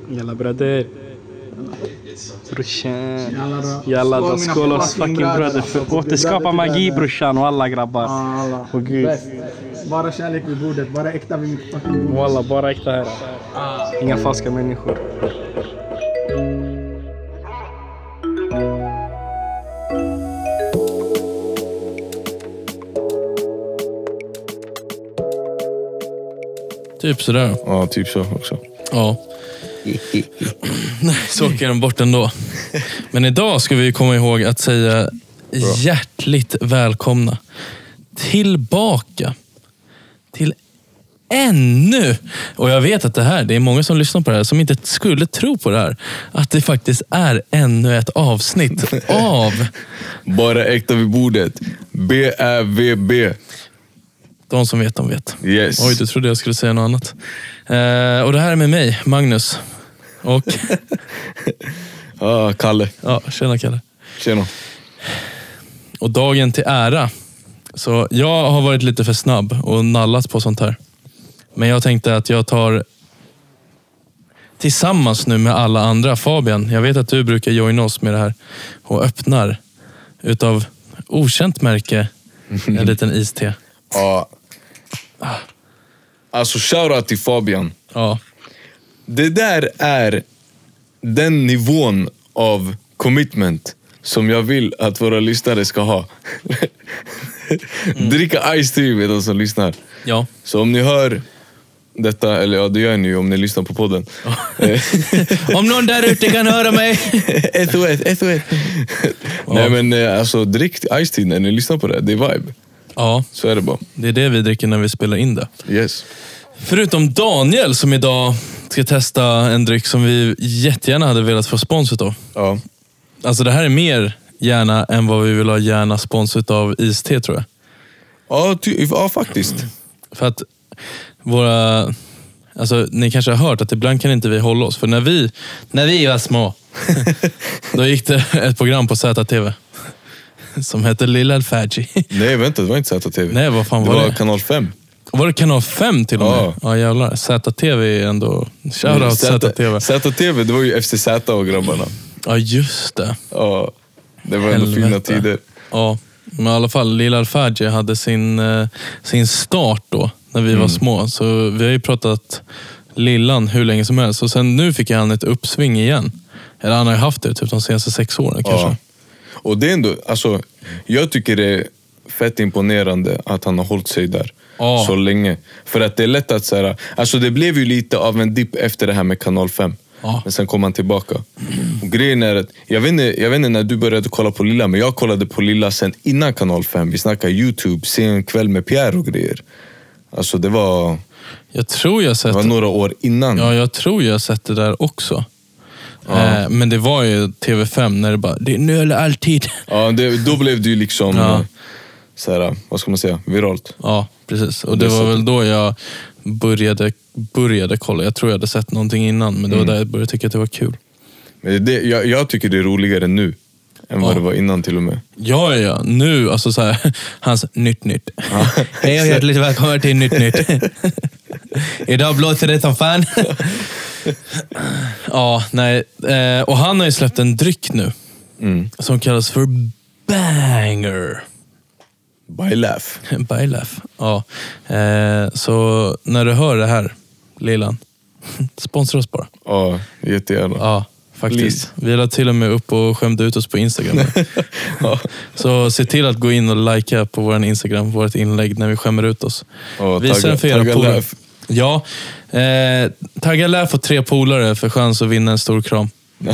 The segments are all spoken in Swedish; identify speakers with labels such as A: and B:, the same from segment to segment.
A: Jalla bröder. Brorsan. Jalla då. Skål oss fucking bröder. För återskapa magi brorsan och alla grabbar. Och gud.
B: Bara kärlek vid bordet. Bara äkta vid mitt fucking bord.
A: Walla, bara äkta här. Inga falska människor.
C: Typ sådär.
D: Ja, typ så också.
C: Ja. Nej, så åker den bort ändå. Men idag ska vi komma ihåg att säga hjärtligt välkomna tillbaka till ännu. Och jag vet att det är många som lyssnar på det här som inte skulle tro på det här. Att det faktiskt är ännu ett avsnitt av
D: Bara äkta vid bordet. BÄVB.
C: De som vet, de vet.
D: Yes.
C: Oj, du trodde jag skulle säga något annat. Och det här är med mig, Magnus. Och
D: Kalle.
C: ja, tjena Kalle.
D: Tjena.
C: Och dagen till ära. Så jag har varit lite för snabb och nallat på sånt här. Men jag tänkte att jag tar tillsammans nu med alla andra. Fabian, jag vet att du brukar joina oss med det här. Och öppnar utav okänt märke en liten iste.
D: Ja. Alltså shoutout till Fabian.
C: Ja.
D: Det där är den nivån av commitment som jag vill att våra lyssnare ska ha. Dricka Ice Tea med de som lyssnar.
C: Ja.
D: Så om ni hör detta, eller ja, det gör ni ju om ni lyssnar på podden.
C: Om någon där ute kan höra mig.
D: SOS. Nej men alltså drick Ice Tea när ni lyssnar på det. Det är vibe.
C: Ja.
D: Så är det bara.
C: Det är det vi dricker när vi spelar in det.
D: Yes.
C: Förutom Daniel som idag ska testa en dryck som vi jättegärna hade velat få sponsor av.
D: Ja.
C: Alltså det här är mer gärna än vad vi vill ha gärna sponsor av iste, tror jag.
D: Ja, faktiskt.
C: För att våra... Alltså ni kanske har hört att ibland kan inte vi hålla oss. För när vi var små då gick det ett program på ZTV som heter Lilla Alfadji.
D: Nej, vänta, det var inte ZTV.
C: Nej, vad fan var det?
D: Det var kanal 5.
C: Var det kanal 5 till och med?
D: Ja.
C: Ja, jävlar. ZTV är ändå... Shoutout ZTV.
D: ZTV, det var ju FCZ och grabbarna.
C: Ja, just det.
D: Ja, det var ändå fina tider.
C: Ja, men i alla fall Lilla Alfadji hade sin start då när vi var små. Så vi har ju pratat Lillan hur länge som helst. Och sen nu fick han ett uppsving igen. Eller han har ju haft det typ de senaste 6 åren kanske.
D: Ja. Och det är ändå, alltså, jag tycker det är fett imponerande att han har hållit sig där så länge. För att det är lätt att säga, alltså det blev ju lite av en dipp efter det här med kanal 5. Ja. Men sen kom han tillbaka. Och grejen är att, jag vet inte när du började kolla på Lilla, men jag kollade på Lilla sen innan kanal 5. Vi snackade YouTube, sen kväll med Pierre och grejer. Alltså det var...
C: Jag tror jag sett...
D: Det var några år innan.
C: Ja, jag tror jag sett det där också. Ja. Men det var ju TV5 när det bara, det är nu eller alltid.
D: Ja, då blev det ju liksom så här, vad ska man säga, viralt.
C: Ja, precis. Och det var väl då jag började kolla. Jag tror jag hade sett någonting innan, men det var där jag började tycka att det var kul.
D: Men jag tycker det är roligare nu än vad det var innan till och med.
C: Ja. Nu, alltså så här, hans nytt. Hej och hjärtligt välkommen till nytt. Idag blåser det som fan. Ja, nej. Och han har ju släppt en dryck nu. Som kallas för Banger.
D: By Laugh.
C: By Laugh, ja. Så när du hör det här, Lillan, sponsra oss bara.
D: Ja, jättegärna.
C: Ja, faktiskt. Vi la till och med upp och skämde ut oss på Instagram. Så se till att gå in och likea på vår Instagram, vårt inlägg när vi skämmer ut oss. Visa den för era polare. Ja, tagga Laugh och 3 polare för chans att vinna en stor kram.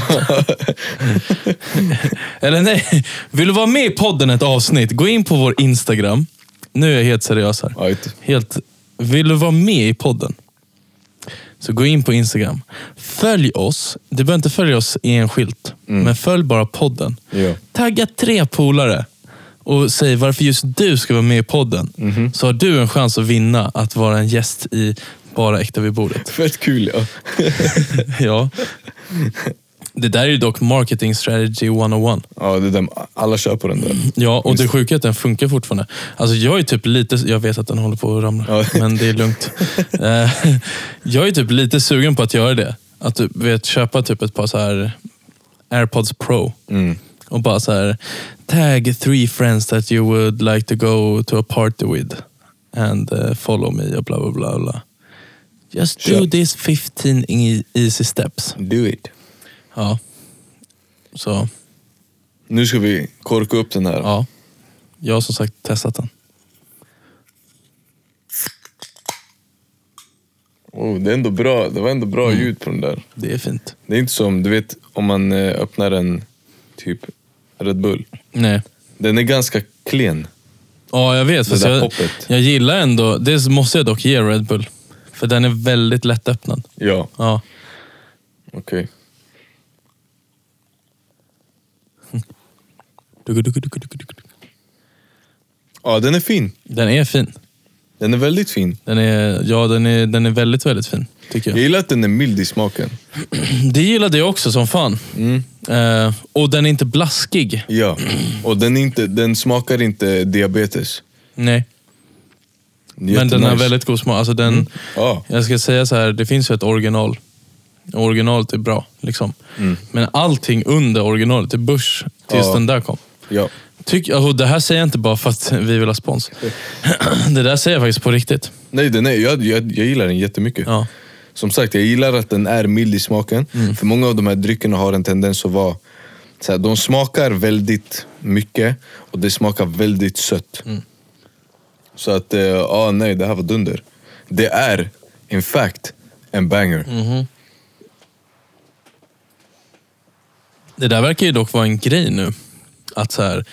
C: Eller nej, vill du vara med i podden ett avsnitt, gå in på vår Instagram. Nu är jag helt seriös här. Vill du vara med i podden, så gå in på Instagram. Följ oss. Du behöver inte följa oss enskilt, men följ bara podden. Tagga 3 polare och säg varför just du ska vara med i podden. Så har du en chans att vinna att vara en gäst i Bara äkta vid bordet.
D: Fett kul, ja.
C: Ja. Det där är ju dock marketing strategy 101.
D: Ja, det där, alla kör på den där.
C: Ja, och det sjuka är att den funkar fortfarande. Alltså jag är typ lite, jag vet att den håller på att ramla, men det är lugnt. Jag är typ lite sugen på att göra det. Att du vet, köpa typ ett par så här AirPods Pro. Och bara så här, tag 3 friends that you would like to go to a party with. And follow me och bla bla bla bla. Just do this 15 easy steps.
D: Do it.
C: Ja. Så.
D: Nu ska vi korka upp den här.
C: Ja. Jag har som sagt testat den.
D: Det är ändå bra. Det var ändå bra ljud på den där.
C: Det är fint.
D: Det är inte som, du vet, om man öppnar en typ Red Bull.
C: Nej.
D: Den är ganska klen.
C: Ja, jag vet. Jag gillar ändå, det måste jag dock ge Red Bull. För den är väldigt lätt öppnad.
D: Ja.
C: Ja.
D: Okej. Ja, den är fin.
C: Den är fin.
D: Den är väldigt fin.
C: Den är väldigt, väldigt fin, tycker jag.
D: Jag gillar att den är mild i smaken.
C: Det gillade jag också som fan. Och den är inte blaskig.
D: Ja, och den smakar inte diabetes.
C: Nej. Men den har väldigt god smak. Alltså jag ska säga så här, det finns ju ett original. Originalet är bra, liksom. Men allting under originalet är börs tills den där kom.
D: Ja.
C: Det här säger jag inte bara för att vi vill ha spons. Det där säger jag faktiskt på riktigt.
D: Nej, jag gillar den jättemycket.
C: Ja.
D: Som sagt, jag gillar att den är mild i smaken. För många av de här dryckerna har en tendens att vara så här, de smakar väldigt mycket och det smakar väldigt sött. Så att, nej, det här var dunder. Det är, in fact, en banger.
C: Det där verkar ju dock vara en grej nu. Att så här,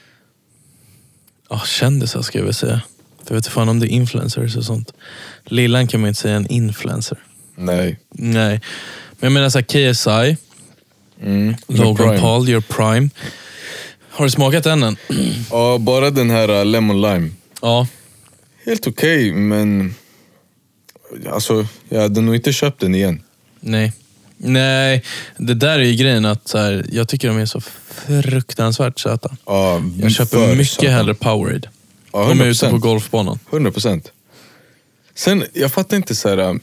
C: kändisar ska jag väl säga. För jag vet inte fan om det är influencers och sånt. Lillan kan man inte säga en influencer.
D: Nej.
C: Men jag menar så här, KSI, Logan Paul, Your Prime. Har du smakat den än?
D: Ja, bara den här lemon lime.
C: Ja.
D: Helt okej, men alltså, jag hade nog inte köpt den igen.
C: Nej, det där är ju grejen att så här, jag tycker de är så fruktansvärt söta.
D: Ja,
C: jag köper mycket hellre Powerade.
D: Ja,
C: de är ute på golfbanan.
D: 100%. Sen, jag fattar inte så här,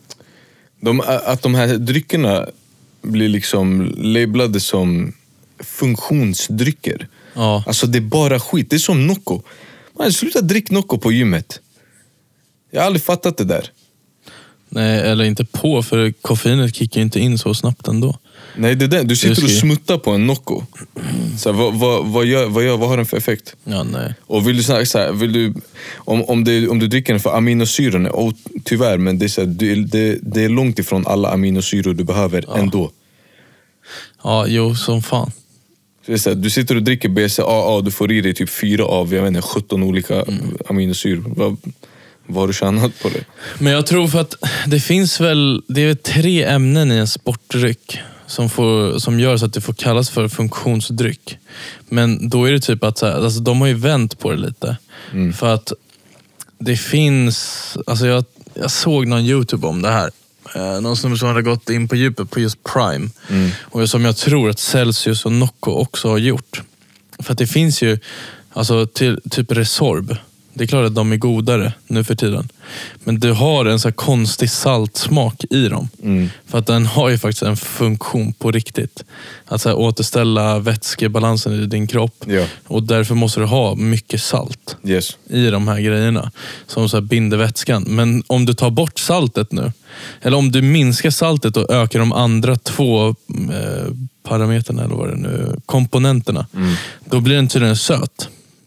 D: att de här dryckerna blir liksom labelade som funktionsdrycker.
C: Ja.
D: Alltså det är bara skit, det är som Nocco. Man sluta dricka Nocco på gymmet. Jag har aldrig fattat det där.
C: Nej, eller inte på, för koffeinet kickar inte in så snabbt ändå.
D: Nej, det är det. Du sitter och smuttar på en Nocco. Så vad har den för effekt?
C: Ja, nej.
D: Och vill du snacka så här, om du dricker den för aminosyrorna, tyvärr, men det är så här, det är långt ifrån alla aminosyror du behöver ändå.
C: Ja, jo, som fan.
D: Så det är så här, du sitter och dricker BCAA, du får i dig typ 4 av, jag vet inte, 17 olika aminosyror. Vad har du tjänat på det? Men
C: jag tror för att det är 3 ämnen i en sportdryck som gör så att det får kallas för funktionsdryck. Men då är det typ att så här, alltså, de har ju vänt på det lite. För att det finns, alltså jag såg någon YouTube om det här. Någon som hade gått in på djupet på just Prime. Och som jag tror att Celsius och Nocco också har gjort. För att det finns ju, alltså typ Resorb. Det är klart att de är godare nu för tiden. Men du har en så här konstig saltsmak i dem. För att den har ju faktiskt en funktion på riktigt. Att så här återställa vätskebalansen i din kropp.
D: Ja.
C: Och därför måste du ha mycket salt i de här grejerna. Som så här binder vätskan. Men om du tar bort saltet nu. Eller om du minskar saltet och ökar de andra 2 parametrarna, eller vad det nu, komponenterna. Då blir den tydligen söt.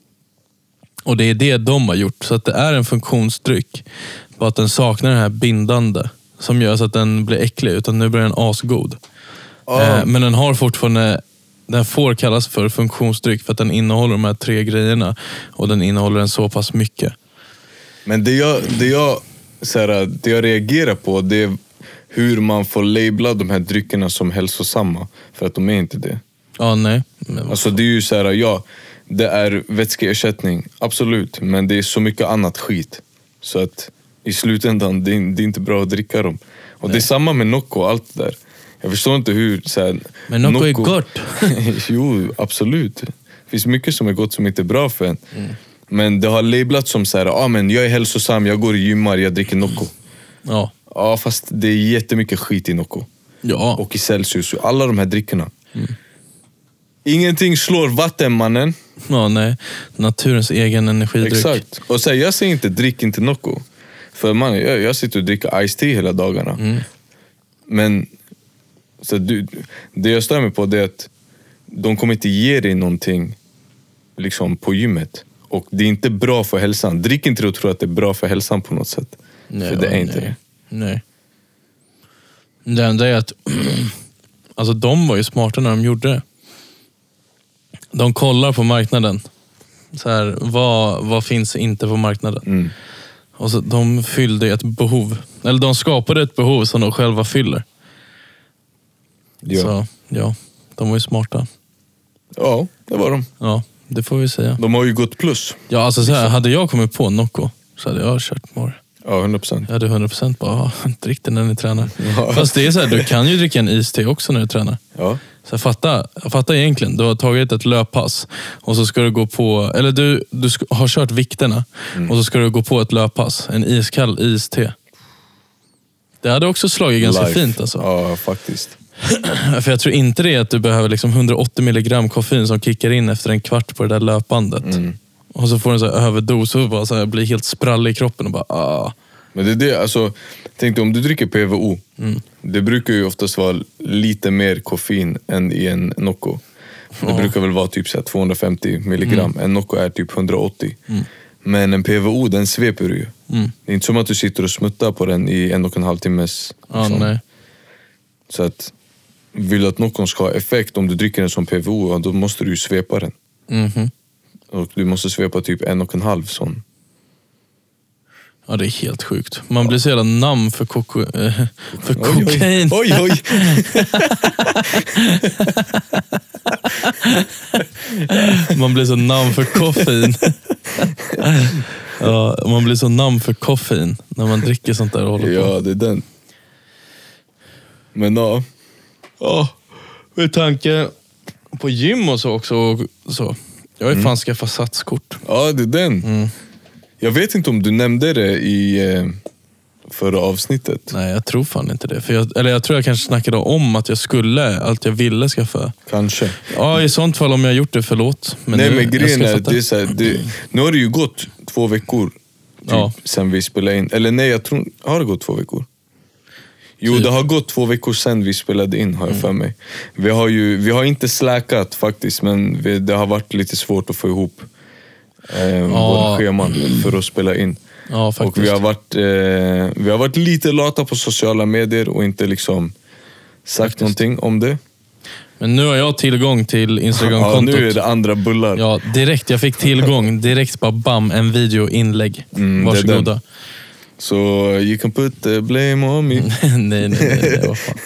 C: Och det är det de har gjort. Så att det är en funktionsdryck. Bara att den saknar den här bindande. Som gör så att den blir äcklig. Utan nu blir den asgod. Men den har fortfarande... Den får kallas för funktionsdryck. För att den innehåller de här 3 grejerna. Och den innehåller den så pass mycket.
D: Men det jag reagerar på, det är hur man får labla de här dryckerna som hälsosamma. För att de är inte det.
C: Ja, nej.
D: Alltså det är ju så här, det är vätskeersättning, absolut. Men det är så mycket annat skit. Så att i slutändan, det är inte bra att dricka dem. Och det är samma med Nocco och allt det där. Jag förstår inte hur... Så här,
C: men Nocco är gott.
D: Jo, absolut. Det finns mycket som är gott som inte är bra för en. Men det har labelat som så här, men jag är hälsosam, jag går i gymmar, jag dricker Nocco. Ja, fast det är jättemycket skit i Nocco.
C: Ja.
D: Och i Celsius. Alla de här drickorna. Ingenting slår vattenmannen.
C: Ja, nej. Naturens egen energidryck.
D: Exakt. Och så här, jag säger inte drick inte Nocco. För man, jag sitter och dricker Ice Tea hela dagarna. Men så det jag stör mig på det är att de kommer inte ge dig någonting liksom på gymmet. Och det är inte bra för hälsan. Drick inte och tro att det är bra för hälsan på något sätt.
C: Nej,
D: för det är inte det.
C: Nej. Det enda är att alltså de var ju smarta när de gjorde det. De kollar på marknaden. Så här, vad finns inte på marknaden? Och så de fyllde ett behov. Eller de skapade ett behov som de själva fyller.
D: Ja.
C: Så ja, de var ju smarta.
D: Ja, det var de.
C: Ja, det får vi säga.
D: De har ju gått plus.
C: Ja, alltså så här, hade jag kommit på Nocco så hade jag kört more.
D: Ja, 100%.
C: Jag hade 100% bara, drick den när ni tränar.
D: Ja.
C: Fast det är så här, du kan ju dricka en iste också när du tränar.
D: Ja.
C: Så fatta egentligen, du har tagit ett löppass och så ska du gå på, eller du har kört vikterna och så ska du gå på ett löppass, en iskall iste. Det hade också slagit ganska fint alltså.
D: Ja, faktiskt.
C: För jag tror inte det är att du behöver liksom 180 milligram koffein som kickar in efter en kvart på det där löpbandet. Och så får du en så här överdos och bara så här blir helt sprallig i kroppen och bara
D: Men det är det, alltså, tänk dig om du dricker PVO. Det brukar ju oftast vara lite mer koffein än i en Nocco. Det brukar väl vara typ så här 250 milligram. En Nocco är typ 180. Men en PVO, den sveper ju. Det är inte som att du sitter och smuttar på den i 1,5 timmes.
C: nej.
D: Så att vill du att Noccon ska ha effekt om du dricker den som PVO, då måste du ju svepa den. Och du måste svepa typ 1,5 sån.
C: Ja, det är helt sjukt. Man blir så jävla namn för kokain.
D: Oj.
C: Man blir så namn för koffein. Ja, man blir så namn för koffein när man dricker sånt där och håller på.
D: Ja, det är den. Men ja.
C: Ja, med tanke på gym och så också. Så. Jag har ju fan skaffat satskort.
D: Ja, det är den. Jag vet inte om du nämnde det i förra avsnittet.
C: Nej, jag tror fan inte det. För jag tror jag kanske snackade om att jag ville skaffa.
D: Kanske.
C: Ja, i sånt fall om jag gjort det, förlåt. Men
D: nej,
C: nu,
D: men grejen är det är så här, nu har det ju gått 2 veckor typ, sen vi spelade in. Eller nej, jag tror, har det gått 2 veckor? Jo, det har gått 2 veckor sen vi spelade in, har jag för mig. Vi har inte släkat faktiskt, men det har varit lite svårt att få ihop våra scheman för att spela in.
C: Ja, faktiskt.
D: Och vi har varit lite lata på sociala medier och inte liksom sagt någonting om det.
C: Men nu har jag tillgång till Instagram-kontot.
D: Ja, nu är det andra bullar.
C: Ja, direkt. Jag fick tillgång. Direkt bara bam, en videoinlägg. Varsågoda.
D: Så you can put the blame on me.
C: nej, vad fan.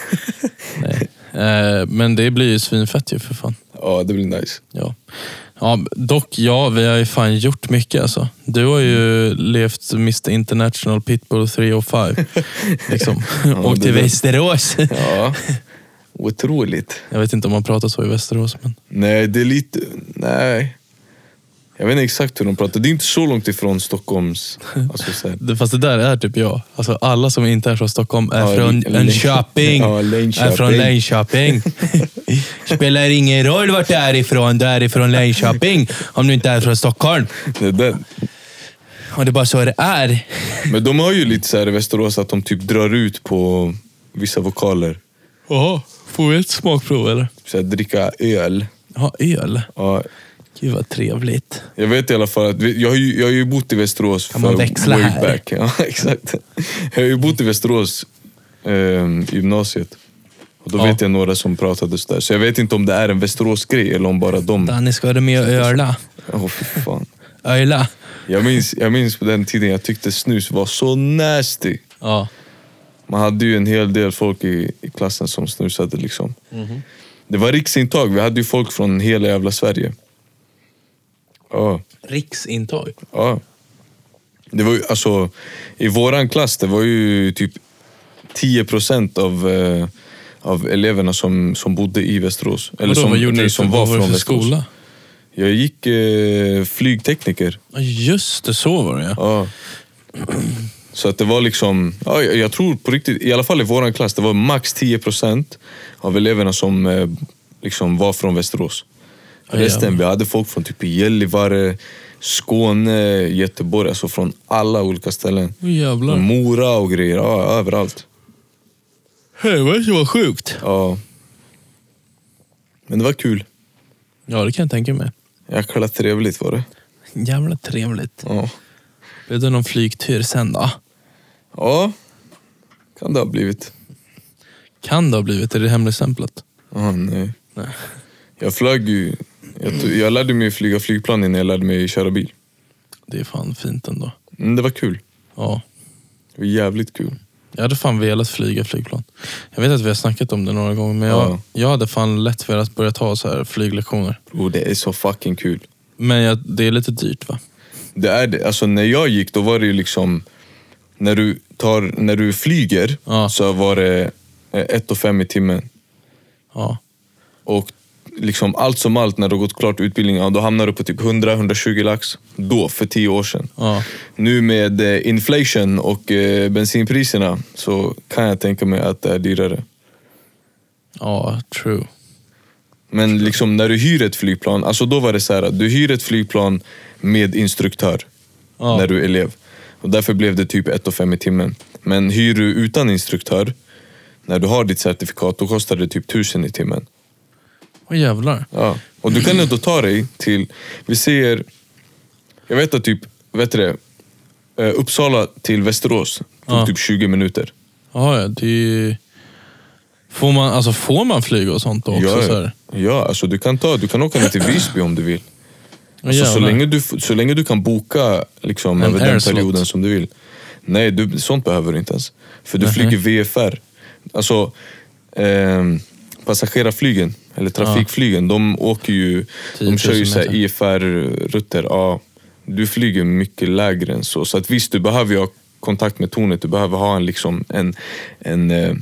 C: Nej. Men det blir ju svinfett ju för fan.
D: Ja, det blir nice.
C: Ja, dock vi har ju fan gjort mycket alltså. Du har ju levt Mr. International Pitbull 305 liksom. Och till Västerås.
D: Ja, otroligt.
C: Jag vet inte om man pratar så i Västerås, men...
D: Nej, det är lite... Nej. Jag vet inte exakt hur de pratar. Det är inte så långt ifrån Stockholms... Alltså, så här.
C: Fast det där är typ jag. Alltså, alla som inte är från Stockholm är från Linköping.
D: Ja, Linköping.
C: Är från Linköping. Spelar ingen roll vart du är ifrån. Du är ifrån Linköping. Om du inte är från Stockholm.
D: Det är den.
C: Och det är bara så det är.
D: Men de har ju lite så här i Västerås att de typ drar ut på vissa vokaler.
C: Jaha, får vi ett smakprov eller?
D: Så här, dricka öl.
C: Ja, öl.
D: Ja.
C: Gud vad trevligt.
D: Jag vet i alla fall att jag har ju bott i Västerås
C: kan man växla
D: way
C: här?
D: back. Ja, exakt. Jag har ju bott i Västerås i gymnasiet. Och då vet jag några som pratade så där. Så jag vet inte om det är en Västerås-grej eller om bara de...
C: Danny, ska du med och öla?
D: Fy fan.
C: Öla?
D: Jag minns på den tiden jag tyckte snus var så nasty.
C: Ja.
D: Man hade ju en hel del folk i klassen som snusade liksom. Det var riksintag. Vi hade ju folk från hela jävla Sverige. Ja.
C: Riksintag?
D: Ja. Det var ju, alltså, i våran klass, det var ju typ 10% av eleverna som bodde i Västerås. Eller
C: då,
D: som var från Västerås.
C: Skola?
D: Jag gick flygtekniker.
C: Ja, just det, så var det
D: ja. Så att det var liksom, ja, jag tror på riktigt, i alla fall i våran klass, det var max 10% av eleverna som liksom var från Västerås. Resten, vi hade folk från typ Gällivare, Skåne, Göteborg, alltså från alla olika ställen.
C: Jävlar.
D: Mora och grejer, ja, överallt.
C: Det var sjukt.
D: Ja. Men det var kul.
C: Ja, det kan jag tänka mig.
D: Jäkla trevligt var det.
C: Jävla trevligt.
D: Ja.
C: Blev det någon flygtur sen då?
D: Ja, kan det ha blivit.
C: Kan det ha blivit? Är det hemligstämplat?
D: Nej. Jag flög ju... Jag lärde mig flyga flygplan innan jag lärde mig köra bil.
C: Det är fan fint ändå.
D: Det var kul.
C: Ja.
D: Det var jävligt kul.
C: Jag hade fan velat flyga flygplan. Jag vet att vi har snackat om det några gånger, men jag hade fan lätt velat börja ta så här flyglektioner.
D: Det är så fucking kul.
C: Men det är lite dyrt, va?
D: Det är det. Alltså när jag gick, då var det ju liksom... När du flyger så var det 1,5 i timmen.
C: Ja.
D: Och liksom allt som allt, när du har gått klart utbildningen, då hamnar du på typ 100-120 lax. Då, för 10 år sedan.
C: Ja.
D: Nu med inflation och bensinpriserna så kan jag tänka mig att det är dyrare.
C: Ja, true.
D: Men liksom när du hyr ett flygplan, alltså då var det så här att du hyr ett flygplan med instruktör när du är elev. Och därför blev det typ 1,5 i timmen. Men hyr du utan instruktör, när du har ditt certifikat, då kostar det typ 1000 i timmen.
C: Åh jävlar.
D: Ja. Och du kan ändå ta dig till, vi ser, jag vet att typ, Uppsala till Västerås tog typ 20 minuter.
C: Ja, det är... Får man flyga och sånt då också?
D: Ja,
C: så här?
D: Ja, alltså du kan åka ner till Visby om du vill. Alltså, så länge du kan boka liksom, över den perioden som du vill. Nej, sånt behöver du inte ens. För du flyger VFR. Alltså passagerarflygen eller trafikflygen, de åker ju, de kör ju så här IFR-rutter. Ja, du flyger mycket lägre än så. Så att visst, du behöver ju ha kontakt med tornet. Du behöver ha en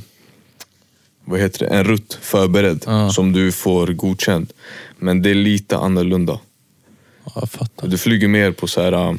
D: rutt förberedd som du får godkänd. Men det är lite annorlunda.
C: Ja, jag fattar.
D: Du flyger mer på så här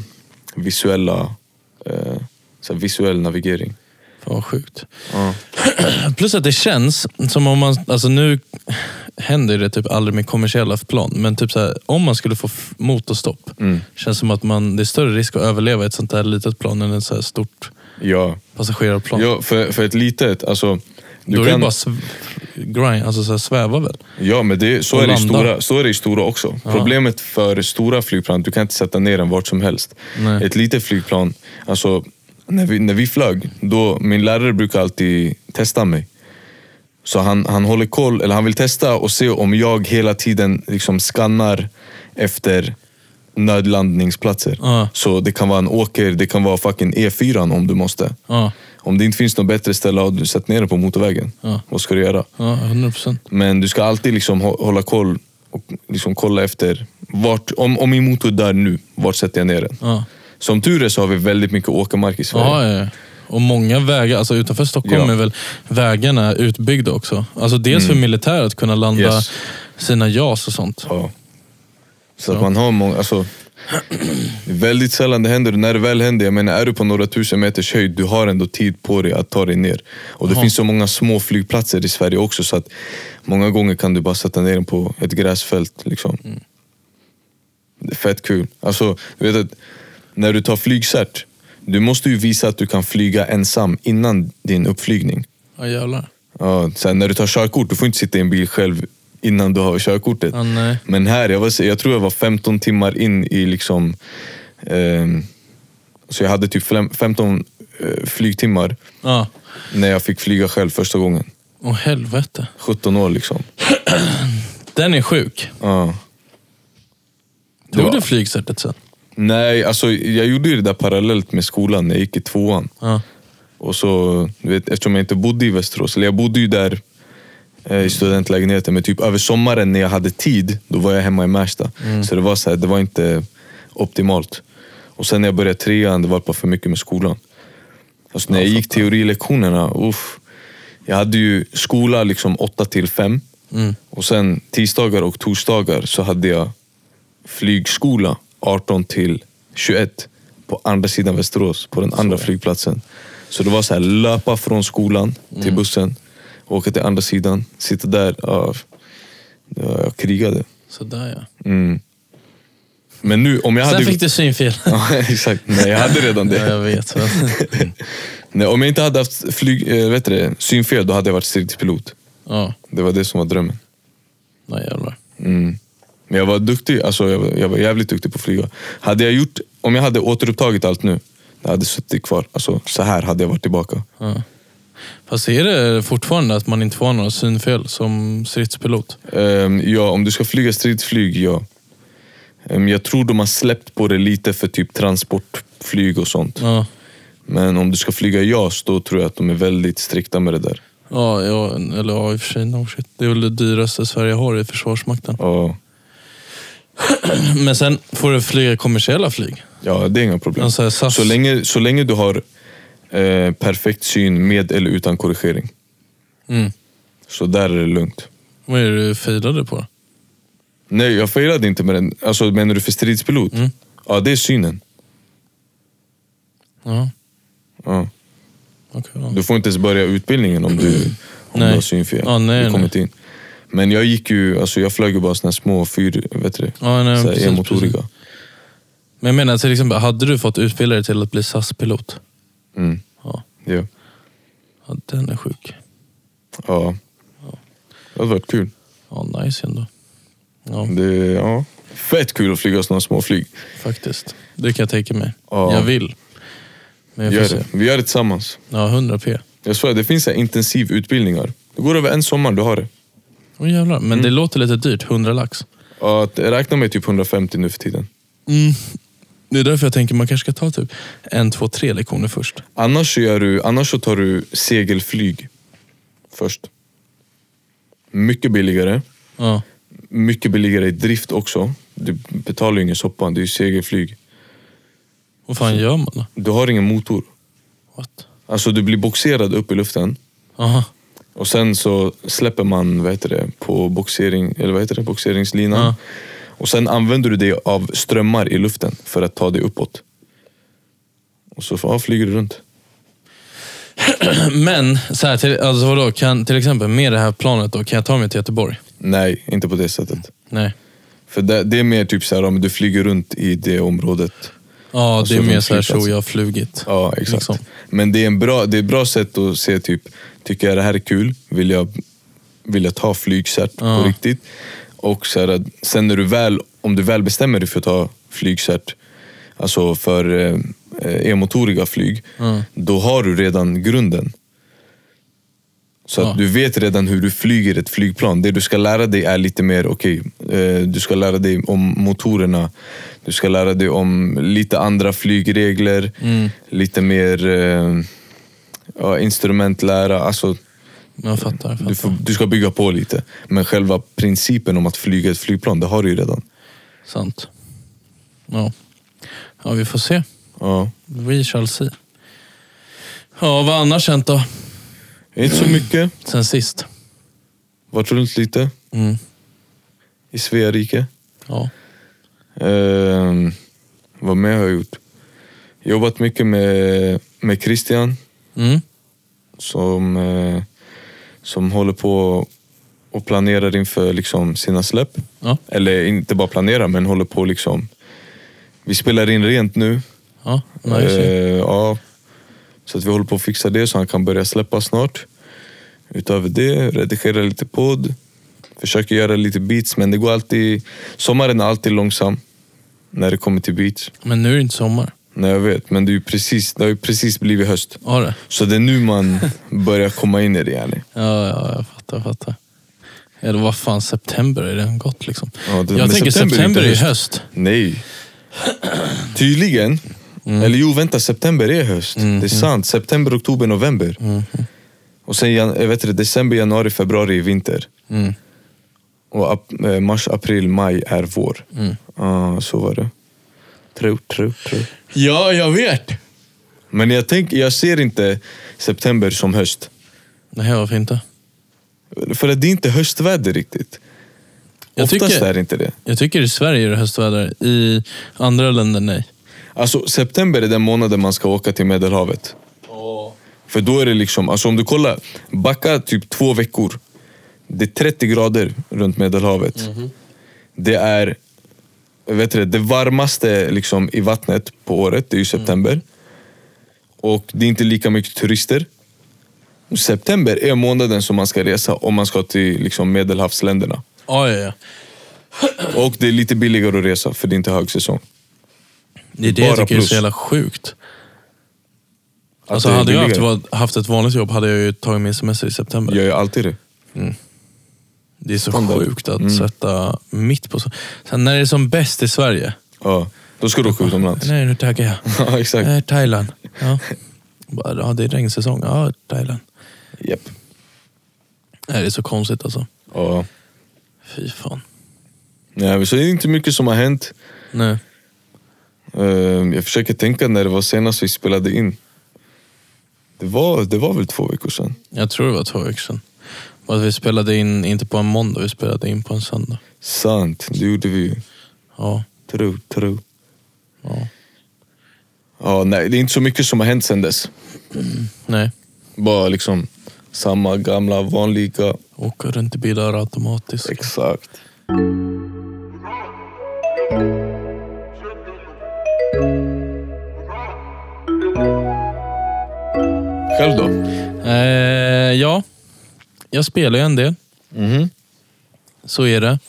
D: visuell navigering.
C: Fan vad sjukt. Ja. Plus att det känns som om man, alltså nu händer det typ aldrig med kommersiella plan, men typ så här, om man skulle få motorstopp, känns som att det är större risk att överleva ett sånt här litet plan än ett så här stort passagerarplan.
D: Ja, för ett litet, alltså
C: då är det bara grind, alltså så här, sväva väl.
D: Ja, men så är det i stora också. Ja. Problemet för stora flygplan, du kan inte sätta ner den vart som helst. Nej. Ett litet flygplan, alltså när vi flög, då min lärare brukar alltid testa mig. Så han håller koll, eller han vill testa och se om jag hela tiden liksom skannar efter nödlandningsplatser. Så det kan vara en åker, det kan vara fucking E4 om du måste. Om det inte finns något bättre ställe och du sätter ner det på motorvägen, vad ska du göra?
C: 100%.
D: Men du ska alltid liksom hålla koll och liksom kolla efter vart, om min motor är där nu, vart sätter jag ner den? Som tur är så har vi väldigt mycket åkermark i Sverige.
C: Ja. Och många vägar, alltså utanför Stockholm är väl vägarna utbyggda också. Alltså dels för militär att kunna landa sina JAS och sånt.
D: Ja. Så att man har många, alltså väldigt sällan det händer. När det väl händer, jag menar, är du på några 1000 meters höjd, du har ändå tid på dig att ta dig ner. Och det finns så många små flygplatser i Sverige också, så att många gånger kan du bara sätta ner den på ett gräsfält liksom. Det är fett kul. Alltså, du vet att när du tar flygcert, du måste ju visa att du kan flyga ensam innan din uppflygning.
C: Ja, jävlar.
D: Ja, sen när du tar körkort, du får inte sitta i en bil själv innan du har körkortet.
C: Nej.
D: Men här, jag tror jag var 15 timmar in i liksom... så jag hade typ 15 flygtimmar när jag fick flyga själv första gången.
C: Åh helvete.
D: 17 år liksom.
C: Den är sjuk.
D: Ja.
C: Tog du flygcertet sen?
D: Nej, alltså jag gjorde det där parallellt med skolan när jag gick i 2:an. Och så, du vet, eftersom jag inte bodde i Västerås, eller jag bodde ju där i studentlägenheten, men typ över sommaren när jag hade tid, då var jag hemma i Märsta. Så det var så här, det var inte optimalt. Och sen när jag började 3:an, det var bara för mycket med skolan. Alltså när jag gick teorilektionerna, jag hade ju skola liksom 8-5. Och sen tisdagar och torsdagar så hade jag flygskola 18-21 på andra sidan Västerås, på den andra flygplatsen. Så det var så här, löpa från skolan till bussen, åka till andra sidan, sitta där. Ja, jag krigade.
C: Så där ja.
D: Men nu, om jag hade...
C: Sen fick du synfel.
D: Ja, exakt. Nej, jag hade redan det.
C: Ja, jag vet.
D: Nej, om jag inte hade haft synfel, då hade jag varit stridspilot.
C: Ja.
D: Det var det som var drömmen.
C: Nej, jävlar.
D: Men jag var duktig, alltså jag var jävligt duktig på att flyga. Om jag hade återupptagit allt nu, jag hade suttit kvar. Alltså, så här hade jag varit tillbaka.
C: Ja. Fast är det fortfarande att man inte får några synfel som stridspilot?
D: Ja, om du ska flyga stridsflyg, ja. Jag tror de har släppt på det lite för typ transportflyg och sånt.
C: Ja.
D: Men om du ska flyga JAS, då tror jag att de är väldigt strikta med det där.
C: Ja, eller ja, i och för sig. No shit. Det är väl det dyraste Sverige har i Försvarsmakten.
D: Ja.
C: Men sen får du flyga kommersiella flyg.
D: Ja, det är inga problem.
C: Alltså,
D: Så länge du har perfekt syn med eller utan korrigering. Så där är det lugnt.
C: Vad är det du failade på?
D: Nej, jag failade inte med den. Alltså, menar du för stridspilot? Ja, det är synen.
C: Ja.
D: Ja.
C: Okay, ja.
D: Du får inte ens börja utbildningen om du har synfel.
C: Ja, nej.
D: In. Men jag gick ju, alltså jag flög ju bara såna små e-motoriga.
C: Men jag menar till exempel, hade du fått utbilda dig till att bli SAS-pilot? Ja.
D: Ja.
C: Ja, den är sjuk.
D: Ja. Det hade varit kul.
C: Ja, nice ändå.
D: Ja. Fett kul att flyga såna små flyg.
C: Faktiskt. Det kan jag tänka mig.
D: Ja.
C: Jag vill. Men jag får se.
D: Vi gör det tillsammans.
C: Ja, 100p.
D: Jag svär, det finns intensiv utbildningar. Det går över en sommar, du har det.
C: Åh jävlar, men det låter lite dyrt. 100 lax.
D: Ja, räkna med typ 150 nu för tiden.
C: Det är därför jag tänker man kanske ska ta typ 1, 2, 3 lektioner först.
D: Annars så tar du segelflyg först. Mycket billigare.
C: Ja.
D: Mycket billigare i drift också. Du betalar ju ingen soppa, det är ju segelflyg.
C: Vad fan gör man då?
D: Du har ingen motor.
C: What?
D: Alltså du blir boxerad upp i luften.
C: Aha.
D: Och sen så släpper man, på boxeringslinan.
C: Ja.
D: Och sen använder du det av strömmar i luften för att ta dig uppåt. Och så flyger du runt.
C: Men, så här, alltså vadå, till exempel med det här planet då, kan jag ta mig till Göteborg?
D: Nej, inte på det sättet.
C: Nej.
D: För det är mer typ så här, om du flyger runt i det området.
C: Ja, det är mer så här så jag har flugit.
D: Ja, exakt.
C: Liksom.
D: Men det är ett bra sätt att se typ, tycker jag det här är kul? Vill jag ta flygcert på riktigt? Och så här, sen om du väl bestämmer dig för att ta flygcert, alltså för e-motoriga flyg, då har du redan grunden. Så att du vet redan hur du flyger ett flygplan. Det du ska lära dig är lite mer, du ska lära dig om motorerna. Du ska lära dig om lite andra flygregler. Lite mer instrumentlära. Alltså,
C: jag fattar.
D: Du ska bygga på lite. Men själva principen om att flyga ett flygplan, det har du ju redan.
C: Sant. Ja, vi får se.
D: Ja.
C: We shall see. Ja, vad annars hänt då?
D: Inte så mycket.
C: Sen sist.
D: Varit runt lite. I Sverige.
C: Ja.
D: Vad mer har jag gjort? Jobbat mycket med Christian. Som håller på och planerar inför liksom sina släpp.
C: Ja.
D: Eller inte bara planerar, men håller på liksom. Vi spelar in rent nu.
C: Ja, nice.
D: Så att vi håller på att fixa det så han kan börja släppa snart. Utöver det, redigera lite podd. Försöker göra lite beats, men det går alltid. Sommaren är alltid långsam när det kommer till beats.
C: Men nu är det inte sommar.
D: Nej, jag vet, men det har ju precis blivit höst.
C: Ja, det.
D: Så det är nu man börjar komma in i det igen.
C: Ja, jag fattar. Eller vad fan, september är det gott liksom.
D: Ja,
C: jag tänker september är höst.
D: Nej. Tydligen. Eller jo, vänta, september är höst. Det är sant. September, oktober, november. Och sen december, januari, februari är vinter. Och mars, april, maj är vår. Så var det. True.
C: Ja, jag vet.
D: Men jag ser inte september som höst.
C: Nej, varför inte?
D: För att det är inte höstväder riktigt. Oftast är det inte det.
C: Jag tycker i Sverige är det höstväder. I andra länder, nej.
D: Alltså september är den månaden man ska åka till Medelhavet. För då är det liksom, alltså om du kollar, backa typ 2 veckor. Det är 30 grader runt Medelhavet. Det är, det varmaste liksom i vattnet på året, det är ju september. Och det är inte lika mycket turister. September är månaden som man ska resa om man ska till liksom Medelhavsländerna.
C: Ja.
D: Och det är lite billigare att resa för det är inte högsäsong.
C: Det är det jag tycker är så jävla sjukt. Alltså hade jag haft ett vanligt jobb hade jag ju tagit min semester i september.
D: Jag gör alltid det.
C: Det är så sjukt att sätta mitt på så. Sen när det är som bäst i Sverige.
D: Ja, då ska du åka utomlands.
C: Nej, nu taggar jag.
D: Ja, exakt.
C: Thailand. Ja, det är regnsäsong. Ja, Thailand.
D: Japp.
C: Nej, det är så konstigt alltså.
D: Ja.
C: Fy fan.
D: Nej, så det är inte mycket som har hänt.
C: Nej.
D: Jag försöker tänka när det var senast vi spelade in. Det var väl 2 veckor sedan?
C: Jag tror det var 2 veckor sedan. Och vi spelade in inte på en måndag, vi spelade in på en söndag.
D: Sant, det gjorde vi.
C: Ja.
D: True.
C: Ja.
D: Ja, nej, det är inte så mycket som har hänt sedan dess.
C: Nej.
D: Bara liksom samma gamla vanliga.
C: Åka runt i bilar automatiskt.
D: Exakt. Själv då?
C: Ja, jag spelar ju en del. Så är det.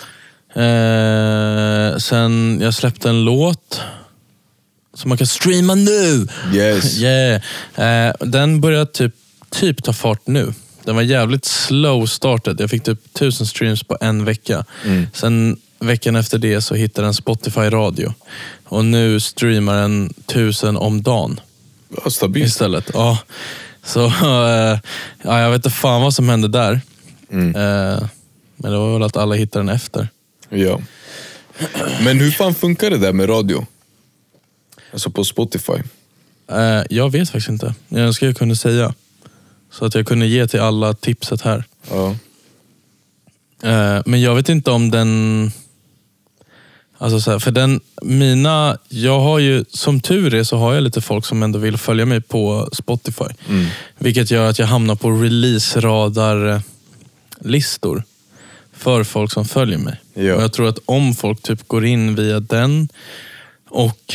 C: Sen jag släppte en låt som man kan streama nu.
D: Yes.
C: Yeah. Den börjar typ ta fart nu. Den var jävligt slow started. Jag fick typ 1000 streams på en vecka. Sen veckan efter det så hittade den Spotify radio. Och nu streamar den 1000 om dagen.
D: Ja, stabilt.
C: Istället. Ja. Så jag vet inte fan vad som hände där. Men det var väl att alla hittade den efter.
D: Ja. Men hur fan funkar det där med radio? Alltså på Spotify?
C: Jag vet faktiskt inte. Jag önskar jag kunde säga. Så att jag kunde ge till alla tipset här.
D: Ja.
C: Men jag vet inte om den... Alltså så här, för jag har ju, som tur är så har jag lite folk som ändå vill följa mig på Spotify. Vilket gör att jag hamnar på release-radar-listor för folk som följer mig.
D: Ja.
C: Och jag tror att om folk typ går in via den och...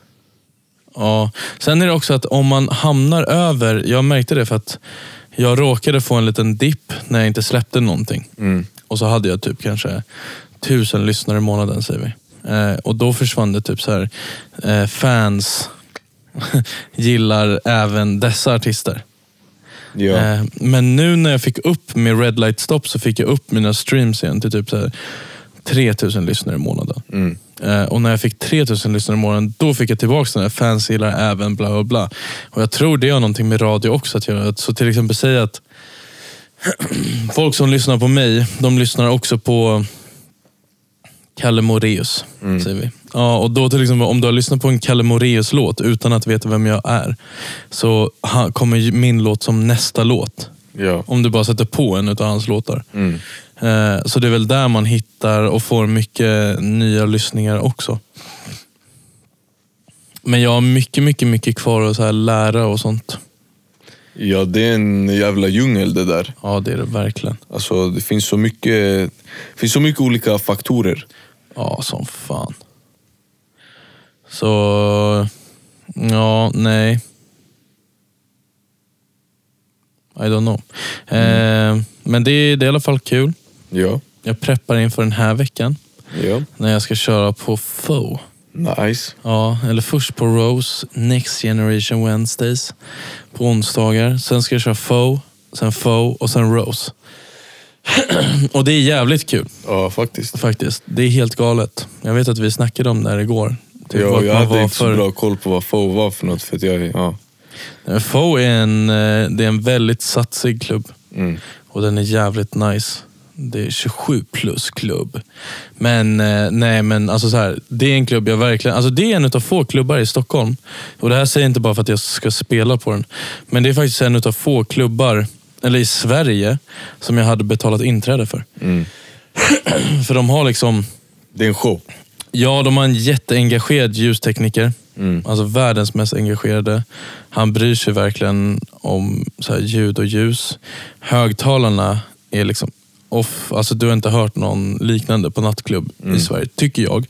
C: Ja. Sen är det också att om man hamnar över... Jag märkte det för att jag råkade få en liten dipp när jag inte släppte någonting. Och så hade jag typ kanske 1000 lyssnare i månaden, säger vi. Och då försvann det typ så här fans gillar även dessa artister.
D: Ja.
C: Men nu när jag fick upp med Red Light Stop så fick jag upp mina streams igen till typ så här 3000 lyssnare i månaden. Och när jag fick 3000 lyssnare i månaden, då fick jag tillbaka den här fans gillar även bla bla bla. Och jag tror det har någonting med radio också att göra. Så till exempel säga att folk som lyssnar på mig, de lyssnar också på Kalle Moraeus, säger vi. Ja, och då till exempel, om du har lyssnat på en Kalle Moraeus-låt utan att veta vem jag är, så kommer min låt som nästa låt.
D: Ja.
C: Om du bara sätter på en av hans låtar. Så det är väl där man hittar och får mycket nya lyssningar också. Men jag har mycket kvar att så här lära och sånt.
D: Ja, det är en jävla djungel det där.
C: Ja, det är det verkligen.
D: Alltså det finns så mycket olika faktorer.
C: Ja, som fan. Så... Ja, nej. I don't know. Men det är i alla fall kul.
D: Ja.
C: Jag preppar inför den här veckan.
D: Ja.
C: När jag ska köra på Foe.
D: Nice.
C: Ja, eller först på Rose, Next Generation Wednesdays på onsdagar. Sen ska jag köra Foe, sen Foe och sen Rose. Och det är jävligt kul.
D: Ja, faktiskt.
C: Det är helt galet. Jag vet att vi snackade om det här igår.
D: Typ jag hade inte så bra koll på vad Foe var för något. För att
C: Foe är en väldigt satsig klubb. Och den är jävligt nice. Det är 27 plus klubb. Men alltså så här, det är en klubb jag verkligen, alltså det är en av få klubbar i Stockholm. Och det här säger jag inte bara för att jag ska spela på den. Men det är faktiskt en av få klubbar, eller i Sverige, som jag hade betalat inträde för. För de har liksom...
D: Det är en show.
C: Ja, de har en jätteengagerad ljustekniker. Alltså världens mest engagerade. Han bryr sig verkligen om så här ljud och ljus. Högtalarna är liksom off. Alltså du har inte hört någon liknande på nattklubb i Sverige, tycker jag.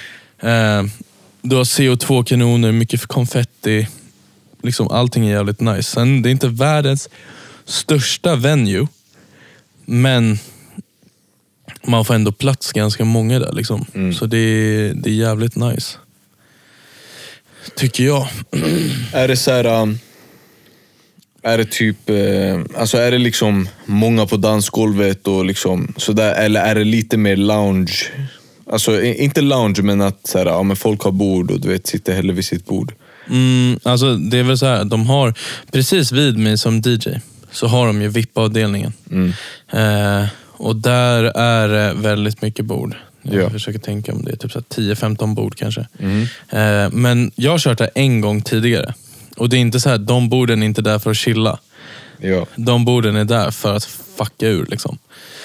C: Du har CO2-kanoner, mycket konfetti. Liksom allting är jävligt nice. Sen det är inte världens största venue, men man får ändå plats ganska många där liksom. Så det är jävligt nice, tycker jag.
D: Är det så här, är det typ, alltså är det liksom många på dansgolvet och liksom sådär, eller är det lite mer lounge? Alltså inte lounge, men att så här, ja, men folk har bord och du vet, sitter hellre vid sitt bord.
C: Alltså det är väl så här, de har precis vid mig som DJ så har de ju VIP-avdelningen. Och där är det väldigt mycket bord. Jag försöker tänka om det är typ så 10-15 bord kanske. Men jag har kört det en gång tidigare. Och det är inte så här, de borden är inte där för att chilla. De borden är där för att fucka ur liksom.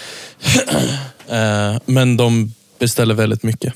C: Men de beställer väldigt mycket.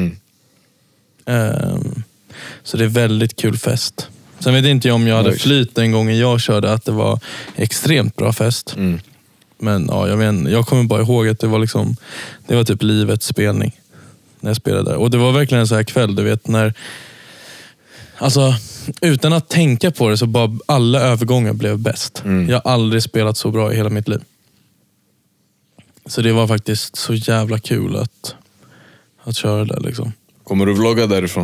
C: Så det är väldigt kul fest. Sen vet inte jag om jag hade flyt den gången jag körde att det var extremt bra fest. Men ja, jag kommer bara ihåg att det var typ livets spelning när jag spelade där. Och det var verkligen en så här kväll, du vet, när alltså utan att tänka på det så bara alla övergångar blev bäst. Jag har aldrig spelat så bra i hela mitt liv. Så det var faktiskt så jävla kul att köra där liksom.
D: Kommer du vlogga därifrån?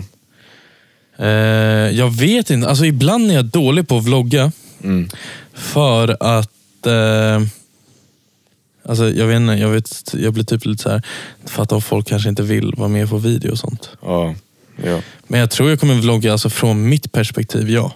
C: Jag vet inte. Alltså ibland är jag dålig på att vlogga. För att alltså jag blir typ lite så här, för att folk kanske inte vill vara med på video och sånt.
D: Ja.
C: Men jag tror jag kommer vlogga alltså från mitt perspektiv, ja.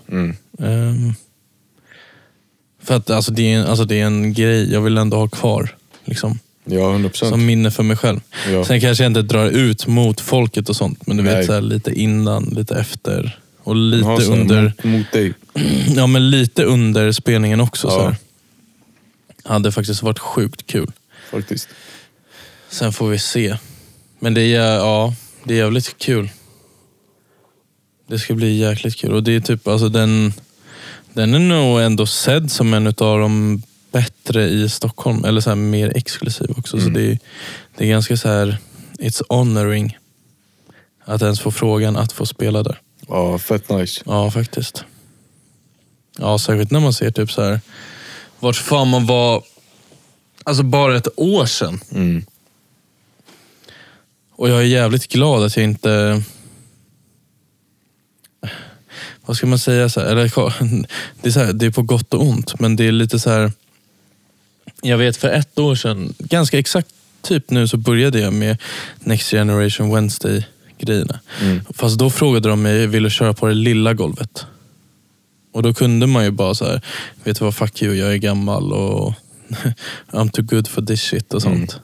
C: För att alltså det är en grej jag vill ändå ha kvar liksom.
D: Ja, 100%.
C: Som minne för mig själv. Sen kanske jag inte drar ut mot folket och sånt, men du vet så här, lite innan, lite efter och lite under
D: mot dig.
C: Ja, men lite under spelningen också så här. Hade faktiskt varit sjukt kul.
D: Faktiskt.
C: Sen får vi se. Men det är jävligt kul. Det ska bli jäkligt kul. Och det är typ, alltså den är nog ändå sedd som en av de bättre i Stockholm. Eller så här mer exklusiv också. Så det är ganska så här, it's honoring att ens få frågan att få spela där.
D: Ja, fett nice.
C: Ja, faktiskt. Ja, särskilt när man ser typ så här vart fan man var alltså bara ett år sedan. Och jag är jävligt glad att jag inte, vad ska man säga så här, eller det är så här, det är på gott och ont, men det är lite så här, jag vet för ett år sedan, ganska exakt typ nu, så började jag med Next Generation Wednesday-grejerna. Fast då frågade de mig, vill du köra på det lilla golvet? Och då kunde man ju bara så här, vet du vad, fuck you, jag är gammal och I'm too good for this shit och sånt.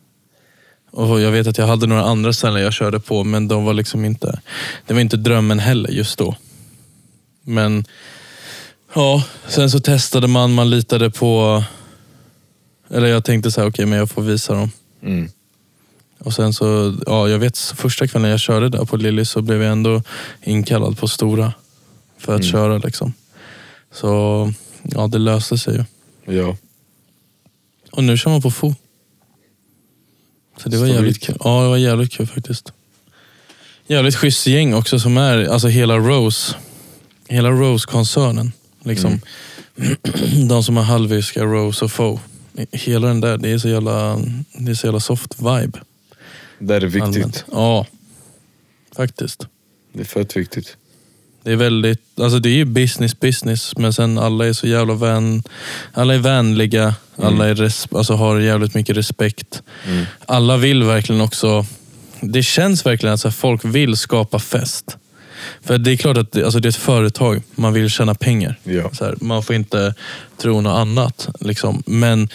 C: Och jag vet att jag hade några andra ställen jag körde på, men de var liksom inte, det var inte drömmen heller just då. Men ja, sen så testade man litade på, eller jag tänkte så här, okej, men jag får visa dem. Och sen så, ja, jag vet första kvällen jag körde där på Lilly så blev jag ändå inkallad på Stora för att köra liksom. Så ja, det löste sig ju.
D: Ja.
C: Och nu kör man på Fo. Så det var jävligt kul. Ja, det var jävligt kul faktiskt. Jävligt schysst gäng också som är, alltså hela Rose-koncernen liksom. De som har halviska, Rose och Fo. Hela den där, det är så jävla soft vibe.
D: Det är viktigt.
C: Allmänt. Ja, faktiskt.
D: Det är fett viktigt.
C: Det är väldigt, alltså det är ju business, men sen alla är så jävla alla är vänliga, alla är alltså har jävligt mycket respekt. Alla vill verkligen också, det känns verkligen att så här, folk vill skapa fest. För det är klart att alltså det är ett företag, man vill tjäna pengar. Så här, man får inte tro något annat liksom. Men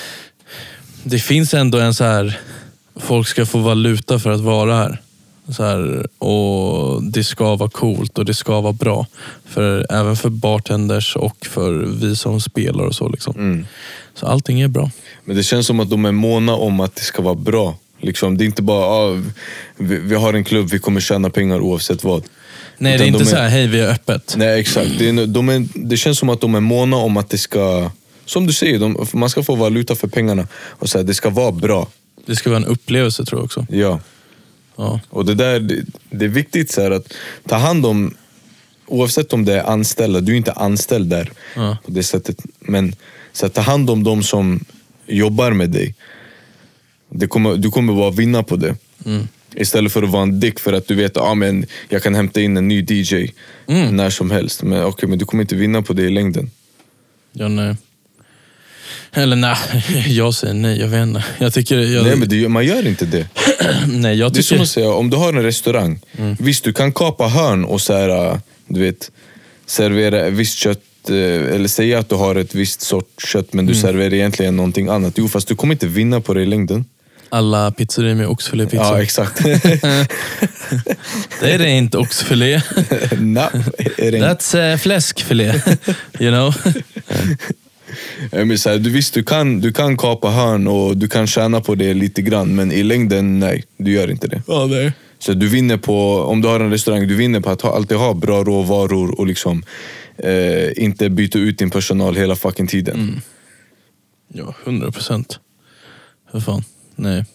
C: det finns ändå en så här, folk ska få valuta för att vara här. Så här, och det ska vara coolt och det ska vara bra även för bartenders och för vi som spelar och så liksom. Så allting är bra.
D: Men det känns som att de är måna om att det ska vara bra liksom. Det är inte bara vi har en klubb, vi kommer tjäna pengar oavsett vad.
C: Nej, det är inte så här, hej vi är öppet.
D: Nej, exakt. Det känns som att de är måna om att det ska, som du säger, man ska få valuta för pengarna. Och så här, det ska vara bra.
C: Det ska vara en upplevelse, tror jag också.
D: Ja. Och det är viktigt så här, att ta hand om, oavsett om det är anställda, du är inte anställd där på det sättet, men så att ta hand om de som jobbar med dig. Du kommer bara vinna på det. Istället för att vara en dick för att du vet, men jag kan hämta in en ny DJ när som helst. Men men du kommer inte vinna på det i längden.
C: Ja, nej. Eller nej, jag säger nej, jag vet inte. Jag tycker,
D: nej, men man gör inte det.
C: Nej, jag tycker...
D: Det är som att säga, om du har en restaurang, visst du kan kapa hörn och så här, du vet, servera visst kött, eller säga att du har ett visst sort kött, men du serverar egentligen någonting annat. Jo, fast du kommer inte vinna på det i längden.
C: Alla pizzerior med oxfilépizza.
D: Ja, exakt.
C: Det är det inte oxfilé.
D: No,
C: that's fläskfilé. You know.
D: Men så här, du kan kapa hörn och du kan tjäna på det lite grann, men i längden, nej, du gör inte det.
C: Ja, nej.
D: Så du vinner på, om du har en restaurang, du vinner på att alltid ha bra råvaror och liksom inte byta ut din personal hela fucking tiden.
C: Ja, 100%. För fan. Nej.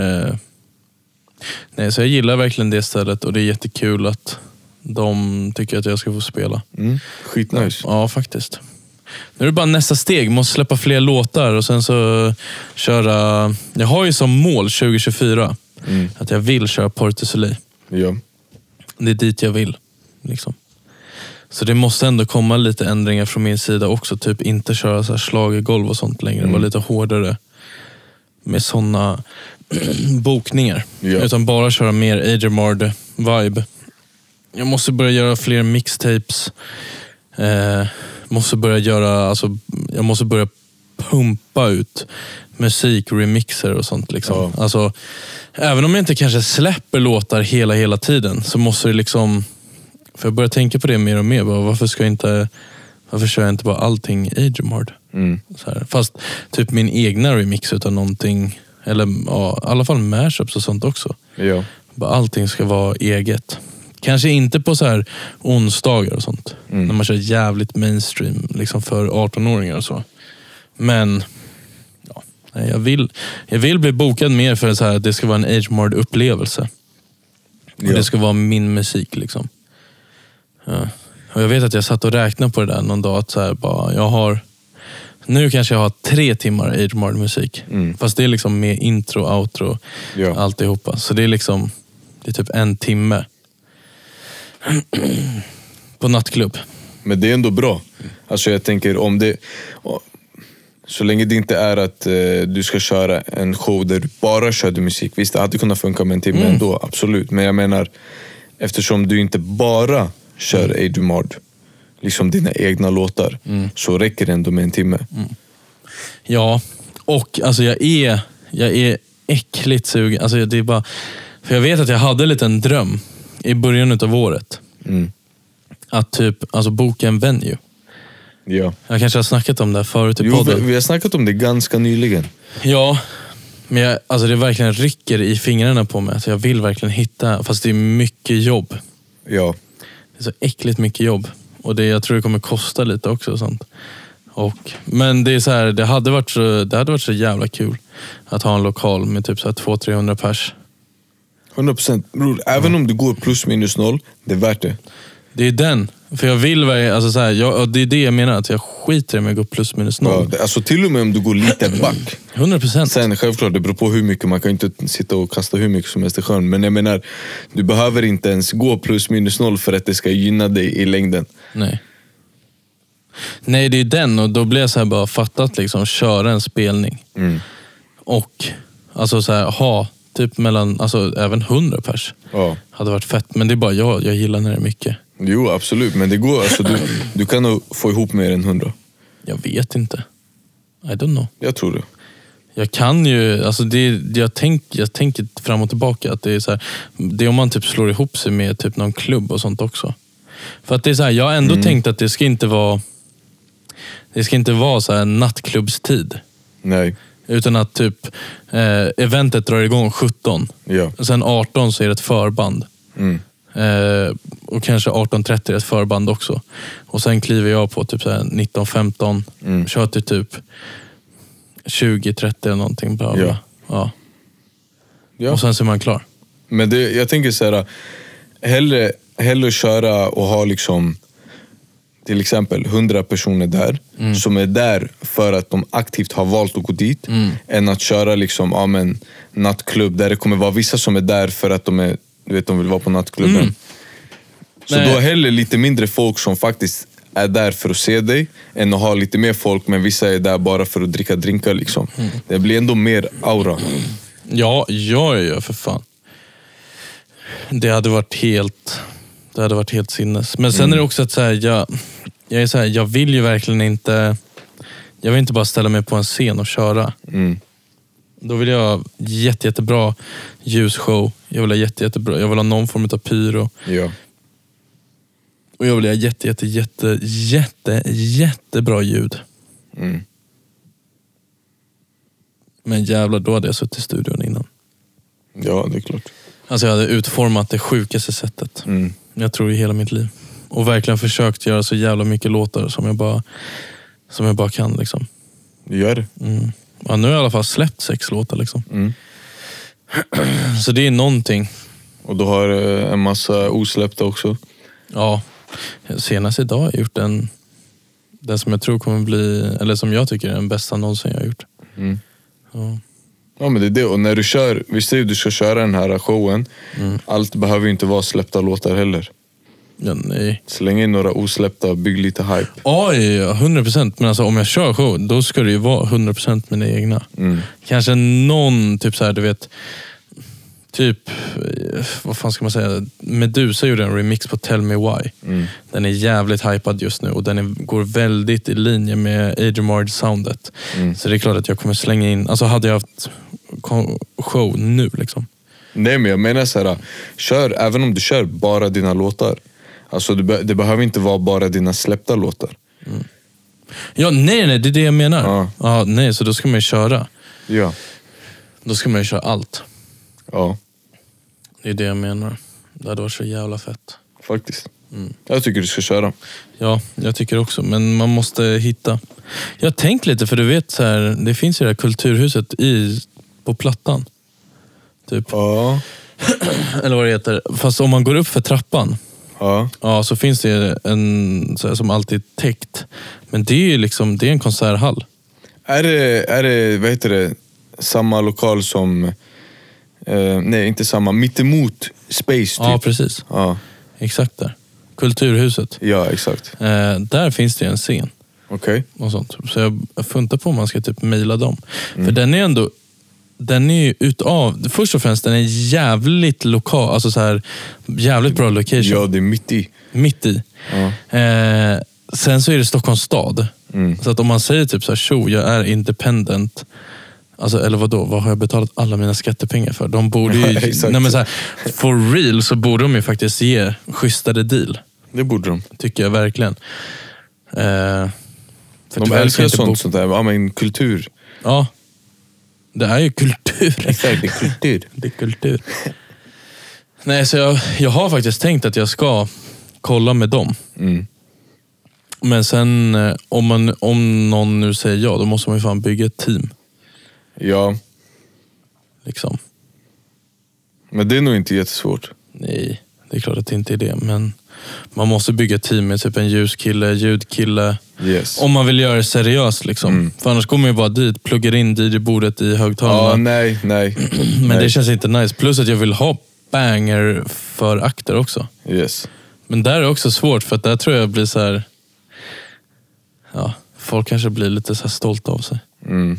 C: Nej, så jag gillar verkligen det stället och det är jättekul att de tycker att jag ska få spela.
D: Skitnice.
C: Ja, faktiskt. Nu är det bara nästa steg. Måste släppa fler låtar och sen så köra... Jag har ju som mål 2024 att jag vill köra Port du Soleil.
D: Ja.
C: Det är dit jag vill. Liksom. Så det måste ändå komma lite ändringar från min sida också. Typ inte köra så här schlagergolv och sånt längre. Vara lite hårdare med såna bokningar. Ja. Utan bara köra mer Agermard-vibe. Jag måste börja göra fler mixtapes. Jag måste börja pumpa ut musik, remixer och sånt liksom. Ja. Alltså, även om jag inte kanske släpper låtar hela tiden, så måste det liksom, för jag börjar tänka på det mer och mer, varför kör jag inte bara allting Agermard? Så här. Fast typ min egna remix utan någonting, eller i alla fall mashups och sånt också.
D: Ja.
C: Bara allting ska vara eget. Kanske inte på så här onsdagar och sånt. När man kör jävligt mainstream liksom för 18-åringar och så. Men ja, jag vill bli bokad mer för så här, att det ska vara en Agermard-upplevelse. Och det ska vara min musik liksom. Ja. Och jag vet att jag satt och räknade på det där någon dag. Att så här, nu kanske jag har 3 timmar Agermard-musik. Fast det är liksom med intro, outro, alltihopa. Så det är liksom, det är typ 1 timme. På nattklubb.
D: Men det är ändå bra. Alltså jag tänker, om det, så länge det inte är att du ska köra en show där du bara körde musik. Visst, det hade kunnat funka med 1 timme ändå, absolut. Men jag menar, eftersom du inte bara kör Agermard, liksom dina egna låtar, så räcker det ändå med 1 timme.
C: Ja, och alltså jag är äckligt sugen. Alltså det är bara, för jag vet att jag hade en liten dröm i början av året. Att typ, alltså boka en venue.
D: Ja.
C: Jag kanske har snackat om det förut i podden.
D: Vi har snackat om det ganska nyligen.
C: Ja, men alltså det verkligen rycker i fingrarna på mig. Att jag vill verkligen hitta, fast det är mycket jobb.
D: Ja.
C: Det är så äckligt mycket jobb. Och jag tror det kommer kosta lite också och sånt. Men det är så här, det hade varit så jävla kul att ha en lokal med typ så här 200-300 pers.
D: 100%. Bror, även om du går plus minus 0, det är värt det.
C: Det är den. För jag vill alltså så här, det är det jag menar, att jag skiter i om jag går plus minus 0.
D: Ja, alltså till och med om du går lite back.
C: 100%.
D: Sen självklart, det beror på hur mycket. Man kan inte sitta och kasta hur mycket som helst i sjön. Men jag menar, du behöver inte ens gå plus minus 0 för att det ska gynna dig i längden.
C: Nej, det är den. Och då blir jag så här bara fattat liksom, köra en spelning. Och alltså så här, typ mellan, alltså även 100 pers. Ja. Hade varit fett. Men det är bara jag gillar när det är mycket.
D: Jo, absolut. Men det går, alltså du kan nog få ihop mer än 100.
C: Jag vet inte. I don't know.
D: Jag tror det.
C: Jag kan ju, alltså jag tänker fram och tillbaka att det är så här, det är om man typ slår ihop sig med typ någon klubb och sånt också. För att det är så här, jag har ändå tänkt att det ska inte vara så här nattklubbstid.
D: Nej.
C: Utan att typ eventet drar igång 17.
D: Ja.
C: Sen 18 så är det ett förband. Och kanske 18:30 ett förband också. Och sen kliver jag på typ 19:15. Kör till typ 20:30 eller någonting. Bla bla. Ja. Och sen så är man klar.
D: Men jag tänker så här, hellre köra och ha liksom till exempel 100 personer där som är där för att de aktivt har valt att gå dit, än att köra liksom nattklubb där det kommer vara vissa som är där för att de vill vara på nattklubben. Så då hellre lite mindre folk som faktiskt är där för att se dig, än att ha lite mer folk men vissa är där bara för att dricka drinkar liksom. Det blir ändå mer aura.
C: Ja, för fan. Det hade varit helt sinnes. Men sen är det också att så här, jag är så här, jag vill ju verkligen inte, jag vill inte bara ställa mig på en scen och köra. Då vill jag ha jättebra ljusshow. Jag vill ha jättebra, jag vill ha någon form av pyro.
D: Ja.
C: Och jag vill ha jättebra ljud. Men jävlar, då hade jag suttit i studion innan.
D: Ja, det är klart.
C: Alltså jag hade utformat det sjukaste sättet. Jag tror i hela mitt liv. Och verkligen försökt göra så jävla mycket låtar som jag bara kan liksom.
D: Gör det.
C: Ja, nu har jag i alla fall släppt 6 låtar liksom. Så det är någonting.
D: Och du har en massa osläppta också. Ja.
C: Senast idag har jag gjort den som jag tror kommer bli, eller som jag tycker är den bästa någonsin jag har gjort.
D: Ja, men det är det. Och när du kör, visst är det, du ska köra den här showen, allt behöver ju inte vara släppta låtar heller.
C: Ja, nej.
D: Släng in några osläppta, bygg lite hype.
C: Ja, 100%. Men alltså om jag kör show, då ska det ju vara 100% mina egna. Kanske någon typ så här, du vet, typ, vad fan ska man säga, Medusa gjorde en remix på Tell Me Why. Den är jävligt hypad just nu och går väldigt i linje med Adrian-soundet. Så det är klart att jag kommer slänga in, alltså hade jag haft show nu liksom.
D: Nej, men jag menar så här, kör, även om du kör bara dina låtar, alltså det behöver inte vara bara dina släppta låtar.
C: Ja, nej, det är det jag menar. Ja, nej, så då ska man ju köra.
D: Ja.
C: Då ska man ju köra allt.
D: Ja.
C: Det är det jag menar. Det hade varit så jävla fett.
D: Faktiskt. Jag tycker du ska köra.
C: Ja, jag tycker också. Men man måste hitta. Jag har tänkt lite, för du vet så här, det finns ju det här kulturhuset på Plattan. Typ.
D: Ja.
C: Eller vad det heter. Fast om man går upp för trappan. Ja, så finns det en så här, som alltid är täckt. Men det är ju liksom, det är en konserthall. Är
D: det vad heter det, samma lokal som nej, inte samma, mittemot Space typ.
C: Ja, precis.
D: Ja.
C: Exakt där. Kulturhuset.
D: Ja, exakt.
C: Där finns det en scen.
D: Okej.
C: Och sånt. Så jag funtar på om man ska typ mejla dem. För den är ju utav, först och främst den är jävligt lokal, alltså så här jävligt bra location.
D: Ja, det är mitt i.
C: Ja. Sen så är det Stockholms stad. Så att om man säger typ så här, tjo, jag är independent. Alltså, eller vadå? Vad har jag betalat alla mina skattepengar för? De borde ju... nej, men så här, for real så borde de ju faktiskt ge schysstare deal.
D: Det borde de.
C: Tycker jag verkligen. För
D: de älskar sånt där. Ja, men kultur.
C: Ja. Det är ju kultur.
D: Exakt, det är kultur.
C: Det är kultur. Nej, så jag har faktiskt tänkt att jag ska kolla med dem. Men sen om någon nu säger ja, då måste man ju fan bygga ett team.
D: Ja.
C: Liksom.
D: Men det är nog inte jättesvårt.
C: Nej, det är klart att det inte är det. Men man måste bygga ett team med typ en ljuskille, ljudkille.
D: Yes.
C: Om man vill göra det seriöst liksom. För annars går man ju bara dit, pluggar in DJ-bordet i högtalarna.
D: Ja, nej.
C: Men det känns inte nice. Plus att jag vill ha banger för akter också.
D: Yes.
C: Men där är också svårt, för att där tror jag blir så här. Ja, folk kanske blir lite så här stolta av sig.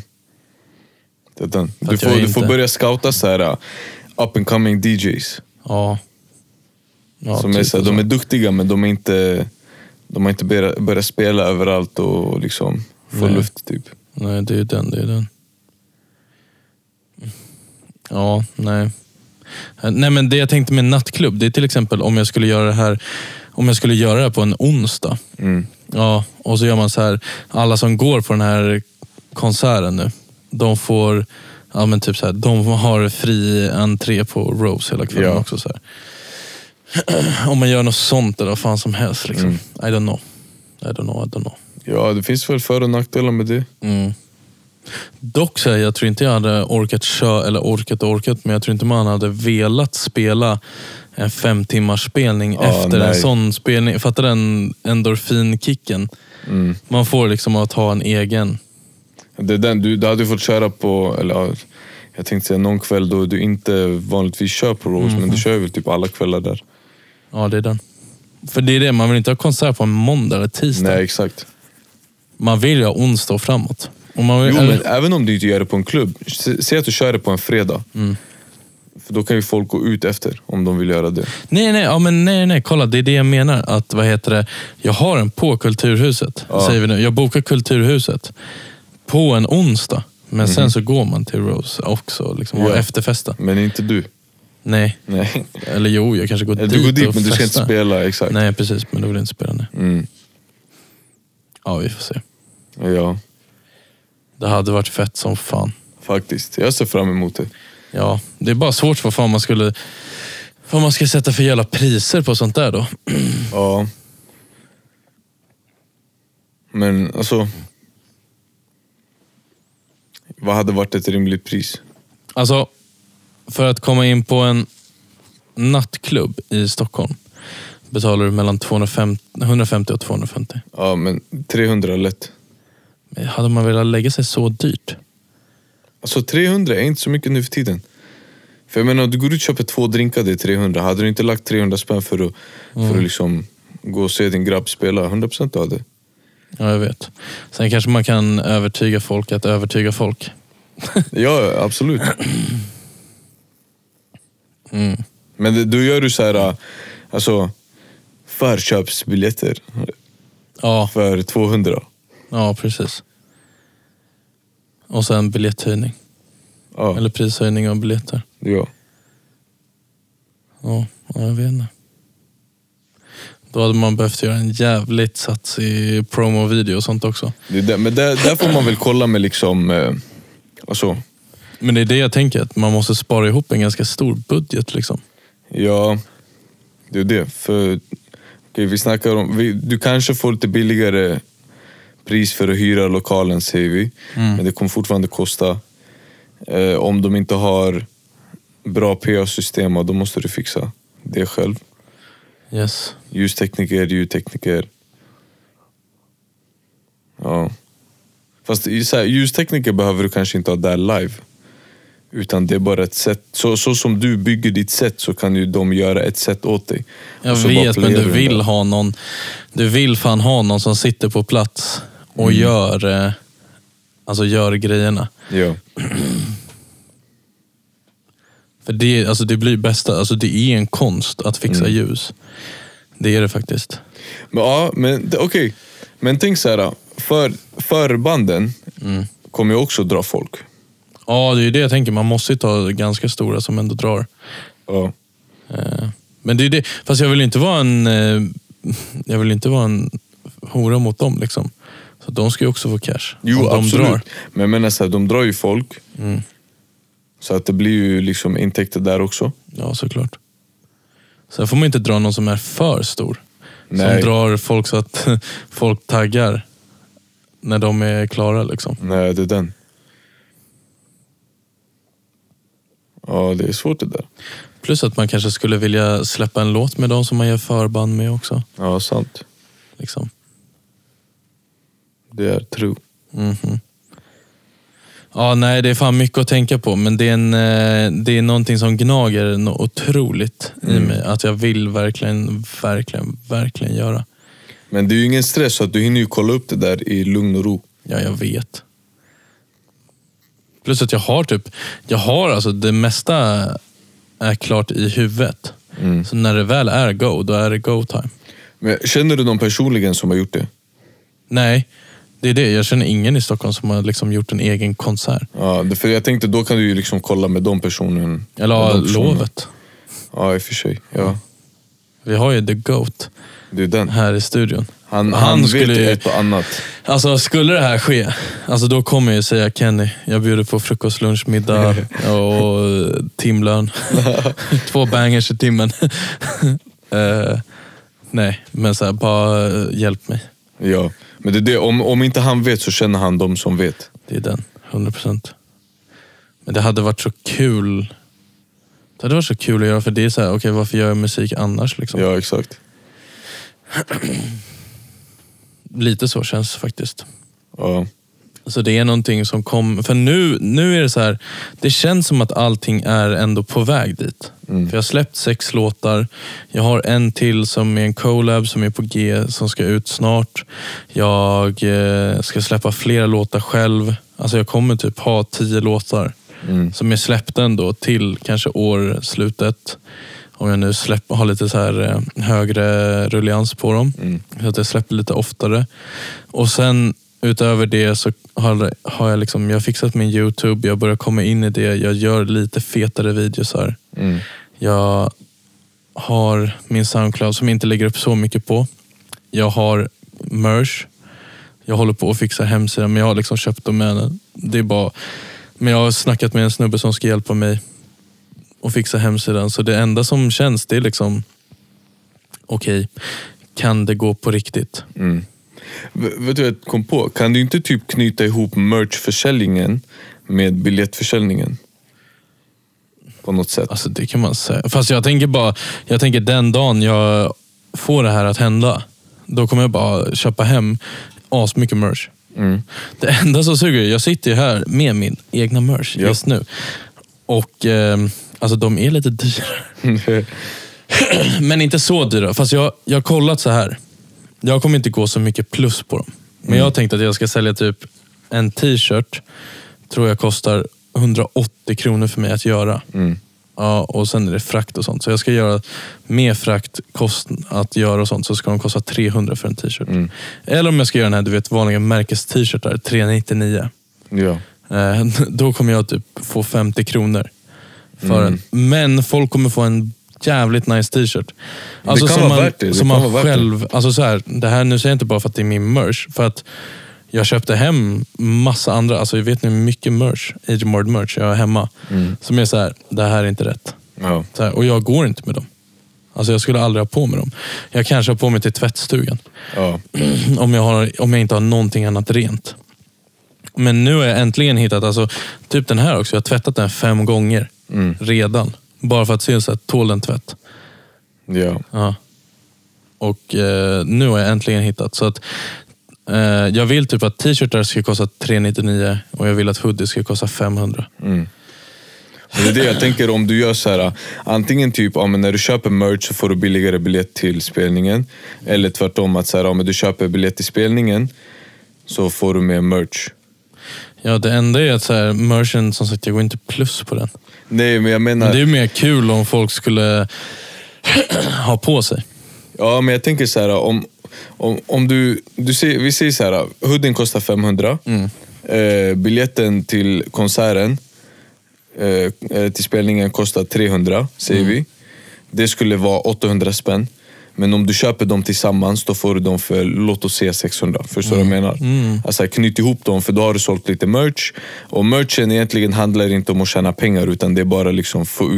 D: Du får börja scouta så här up and coming DJs.
C: Ja.
D: Som typ är så här, de är duktiga, men de har inte börjat spela överallt och liksom få luft typ.
C: Nej, det är den. Ja, nej. Nej, men det jag tänkte med nattklubb, det är till exempel om jag skulle göra det här på en onsdag. Ja, och så gör man så här, alla som går på den här konserten nu, de får, ja men typ så här, de har fri entré på Rose hela kvällen också så här. Om man gör något sånt eller vad fan som helst liksom. I don't know.
D: Ja, det finns väl för- och nackdelar med det.
C: Dock så jag tror inte jag hade orkat köra, eller orkat, men jag tror inte man hade velat spela en 5 timmars spelning efter en sån spelning. Fattar den endorfinkicken? Man får liksom att ha en egen.
D: Det är den, du hade fått köra på, eller jag tänkte säga någon kväll då du inte vanligtvis kör på Rose, men du kör väl typ alla kvällar där.
C: Ja, det är den. För det är det, man vill inte ha konsert på en måndag eller tisdag.
D: Nej, exakt.
C: Man vill ju ha onsdag och framåt. Och man vill,
D: men även om du inte gör det på en klubb, se att du kör det på en fredag. För då kan ju folk gå ut efter om de vill göra det.
C: Nej, kolla, det är det jag menar. Att, jag har en på Kulturhuset, säger vi nu. Jag bokar Kulturhuset på en onsdag. Men sen så går man till Rose också liksom, och efterfesta.
D: Men inte du.
C: Nej. Eller jo, jag kanske går dit och
D: Du går dit, men
C: festa.
D: du ska inte spela, exakt.
C: Nej, precis, men då vill jag inte spela, nej. Ja, vi får se.
D: Ja.
C: Det hade varit fett som fan.
D: Faktiskt, jag ser fram emot det.
C: Ja, det är bara svårt vad fan man ska sätta för jävla priser på sånt där då.
D: Ja. Men alltså, vad hade varit ett rimligt pris?
C: Alltså, för att komma in på en nattklubb i Stockholm betalar du mellan 150 och 250.
D: Ja, men 300 lätt.
C: Hade man velat lägga sig så dyrt?
D: Alltså 300 är inte så mycket nu för tiden. För jag menar, du går ut och köper 2 drinkar, det är 300. Hade du inte lagt 300 spänn för att liksom gå och se din grabb spela, 100% av det.
C: Ja, jag vet. Sen kanske man kan övertyga folk att övertyga folk.
D: Ja, absolut. Men då gör du så här, alltså förköpsbiljetter för 200.
C: Ja, precis. Och sen biljetthöjning.
D: Ja.
C: Eller prishöjning av biljetter.
D: Ja.
C: Ja, jag vet inte. Då hade man behövt göra en jävligt sats i promo-video och sånt också.
D: Men där får man väl kolla med liksom, alltså.
C: Men det är det jag tänker, att man måste spara ihop en ganska stor budget liksom.
D: Ja, det är det. För vi snackar om, du kanske får lite billigare pris för att hyra lokalen, säger vi. Men det kommer fortfarande kosta. Om de inte har bra PA-system, då måste du fixa det själv.
C: Yes.
D: Ljustekniker. Ja. Fast ljustekniker behöver du kanske inte ha där live. Utan det är bara ett sätt. Så som du bygger ditt sätt, så kan ju de göra ett sätt åt dig.
C: Jag vet, men du vill ha någon. Du vill fan ha någon som sitter på plats och gör grejerna.
D: Ja.
C: För det blir bästa. Alltså det är en konst att fixa ljus. Det är det faktiskt.
D: Men ja, men okej. Men tänk så här, för banden kommer ju också dra folk.
C: Ja, det är det jag tänker. Man måste ju ta ganska stora som ändå drar.
D: Ja.
C: Men det är det. Fast jag vill inte vara en hora mot dem liksom. Så de ska ju också få cash.
D: Jo,
C: de
D: absolut.
C: Drar.
D: Men jag menar så här, de drar ju folk. Så att det blir ju liksom intäkter där också.
C: Ja, såklart. Sen får man inte dra någon som är för stor.
D: Nej.
C: Som drar folk så att folk taggar när de är klara liksom.
D: Nej, det är den. Ja, det är svårt det där.
C: Plus att man kanske skulle vilja släppa en låt med dem som man gör förband med också.
D: Ja, sant.
C: Liksom.
D: Det är true.
C: Ja, nej, det är fan mycket att tänka på. Men det är någonting som gnager något otroligt i mig. Att jag vill verkligen göra.
D: Men det är ju ingen stress, så att du hinner ju kolla upp det där i lugn och ro.
C: Ja, jag vet. Plus att jag har alltså det mesta är klart i huvudet. Så när det väl är go, då är det go time.
D: Men känner du någon personligen som har gjort det?
C: Nej, det är det. Jag känner ingen i Stockholm som har liksom gjort en egen konsert.
D: Ja, för jag tänkte då kan du ju liksom kolla med de personen.
C: Eller Lovet.
D: Ja, i och för sig. Ja.
C: Vi har ju The Goat.
D: Det är den.
C: Här i studion.
D: Han vet ju ett och annat.
C: Alltså skulle det här ske, alltså då kommer jag ju säga Kenny, jag bjuder på frukost, lunch, middag och timlön. 2 bangers i timmen. Nej, men så här, bara hjälp mig.
D: Ja, men det är det. Om inte han vet så känner han de som vet.
C: Det är den, 100%. Men det hade varit så kul. Det hade varit så kul att göra, för det är så här, okej, varför gör jag musik annars liksom?
D: Ja, exakt.
C: Lite så känns det faktiskt.
D: Ja.
C: Så det är någonting som kommer, för nu är det så här, det känns som att allting är ändå på väg dit. För jag har släppt 6 låtar. Jag har en till som är en collab som är på G, som ska ut snart. Jag ska släppa flera låtar själv. Alltså jag kommer typ ha 10 låtar som är släppta ändå till kanske årslutet. Om jag nu har lite så här högre rullians på dem. Så att jag släpper lite oftare. Och sen utöver det så har jag liksom, jag har fixat min YouTube, jag börjar komma in i det, jag gör lite fetare videos här. Jag har min SoundCloud som inte lägger upp så mycket på. Jag har merch. Jag håller på att fixa hemsidan, men jag har liksom köpt domänen. Det är bara, men jag har snackat med en snubbe som ska hjälpa mig att fixa hemsidan, så det enda som känns, det är liksom okej, kan det gå på riktigt?
D: Vet du vad jag kom på? Kan du inte typ knyta ihop merchförsäljningen med biljettförsäljningen? På något sätt.
C: Alltså det kan man säga. Fast jag tänker den dagen jag får det här att hända, då kommer jag bara köpa hem asmycket merch. Det enda som suger, jag sitter ju här med min egna merch just nu. Och alltså de är lite dyra. Men inte så dyra. Fast jag har kollat så här. Jag kommer inte gå så mycket plus på dem. Men jag tänkte att jag ska sälja typ en t-shirt. Tror jag kostar 180 kronor för mig att göra. Ja, och sen är det frakt och sånt. Så jag ska göra med frakt att göra och sånt, så ska de kosta 300 för en t-shirt. Eller om jag ska göra den här, du vet, vanliga märkes t-shirtar, 399.
D: Ja.
C: Då kommer jag typ få 50 kronor för den. Men folk kommer få en jävligt nice t-shirt. Alltså
D: det kan
C: som
D: vara
C: man,
D: värt det.
C: Som man själv, alltså så här, det här nu säger jag inte bara för att det är min merch, för att jag köpte hem massa andra, alltså jag vet nu mycket merch, Agemord merch jag har hemma, som är så här, det här är inte rätt.
D: Ja.
C: Så här, och jag går inte med dem. Alltså jag skulle aldrig ha på mig dem. Jag kanske har på mig till tvättstugan.
D: Ja.
C: Om jag inte har någonting annat rent. Men nu har jag äntligen hittat, alltså typ den här också, jag har tvättat den 5 gånger redan. Bara för att se så här, tål den tvätt. Ja. Och nu har jag äntligen hittat. Så att jag vill typ att t-shirtar ska kosta 399 och jag vill att hoodies ska kosta 500.
D: Det är det jag tänker, om du gör så här, antingen typ, men när du köper merch så får du billigare biljett till spelningen. Eller tvärtom, att så här, men du köper biljett till spelningen så får du med merch.
C: Ja, det enda är att så här, merchen, som sagt, jag går inte plus på den.
D: Nej, men jag menar...
C: Men det är mer kul om folk skulle ha på sig.
D: Ja, men jag tänker så här, om du ser, vi säger så här, hoodien kostar 500. Biljetten till konserten till spelningen kostar 300, säger vi. Det skulle vara 800 spänn. Men om du köper dem tillsammans, då får du dem för, låt oss säga 600. Förstår du vad jag menar? Alltså knyt ihop dem, för då har du sålt lite merch. Och merchen egentligen handlar inte om att tjäna pengar, utan det är bara liksom få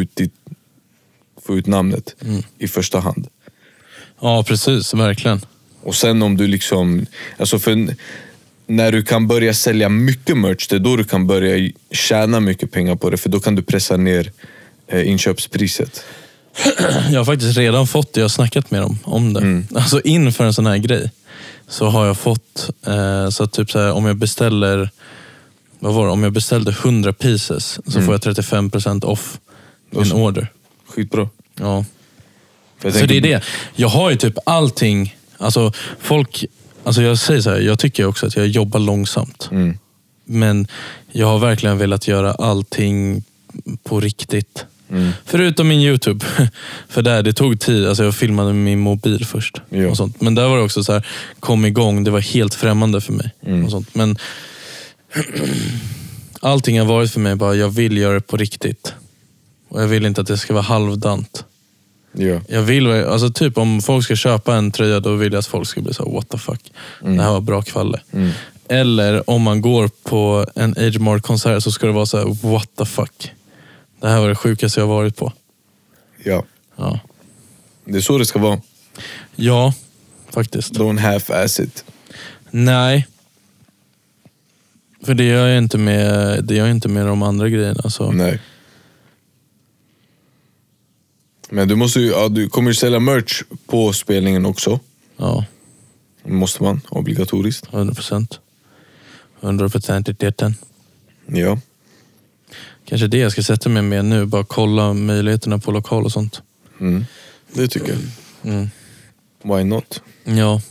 D: ut namnet i första hand.
C: Ja, precis, verkligen.
D: Och sen om du liksom, alltså för när du kan börja sälja mycket merch, det är då du kan börja tjäna mycket pengar på det, för då kan du pressa ner inköpspriset.
C: Jag har faktiskt redan fått det, jag har snackat med dem om det. Alltså inför en sån här grej så har jag fått så att typ så här, om jag beställer, vad var det? Om jag beställde 100 pieces så får jag 35% off en order.
D: Skitbra.
C: Ja. Så det är det. Jag har ju typ allting, alltså folk, alltså jag säger så här, jag tycker också att jag jobbar långsamt. Men jag har verkligen velat göra allting på riktigt. Förutom min YouTube. För där, det tog tid. Alltså jag filmade med min mobil först. Och sånt. Men där var det också så här, kom igång. Det var helt främmande för mig. Och sånt. Men allting har varit för mig bara, jag vill göra det på riktigt. Och jag vill inte att det ska vara halvdant. Jag vill, alltså typ om folk ska köpa en tröja, då vill jag att folk ska bli så här, what the fuck. Det här var bra kvalle. Eller om man går på en Agemord-konsert så ska det vara så här, what the fuck. Det här var det sjukaste jag varit på.
D: Ja. Det är så det ska vara.
C: Ja, faktiskt.
D: Don't half-ass it.
C: Nej. För det gör jag inte med de andra grejerna. Så.
D: Nej. Men du måste ju, du kommer ju sälja merch på spelningen också.
C: Ja.
D: Måste man, obligatoriskt.
C: 100%. 100% i teten.
D: Ja.
C: Kanske det jag ska sätta mig med nu. Bara kolla möjligheterna på lokal och sånt.
D: Det tycker jag. Why not?
C: Ja.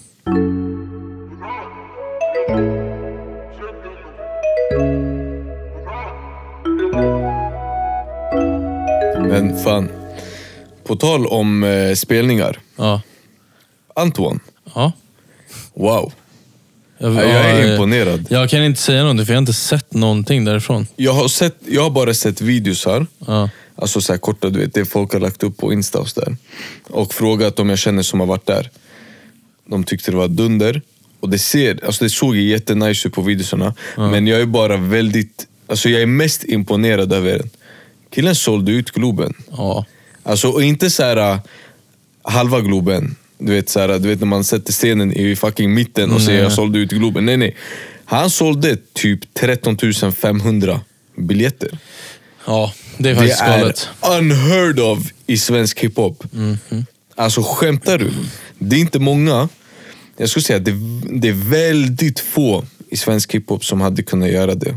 D: Men fan, på tal om spelningar.
C: Ja.
D: Antoine.
C: Ja.
D: Wow. Jag är imponerad.
C: Jag kan inte säga någonting för jag har inte sett någonting därifrån.
D: Jag har bara sett videos här.
C: Ja.
D: Alltså så här korta, du vet, det folk har lagt upp på Insta och så där. Och frågat om jag känner som har varit där. De tyckte det var dunder. Och det såg jättenice ut på videorna. Men jag är bara väldigt, alltså jag är mest imponerad över den. Killen sålde ut Globen.
C: Ja.
D: Alltså, och inte så här halva Globen. Du vet när man sätter scenen i fucking mitten och säger jag sålde ut Globen. Nej. Han sålde typ 13 500 biljetter.
C: Ja, det är faktiskt galet.
D: Det är unheard of i svensk hiphop. Alltså skämtar du? Det är inte många. Jag skulle säga att det är väldigt få i svensk hiphop som hade kunnat göra det.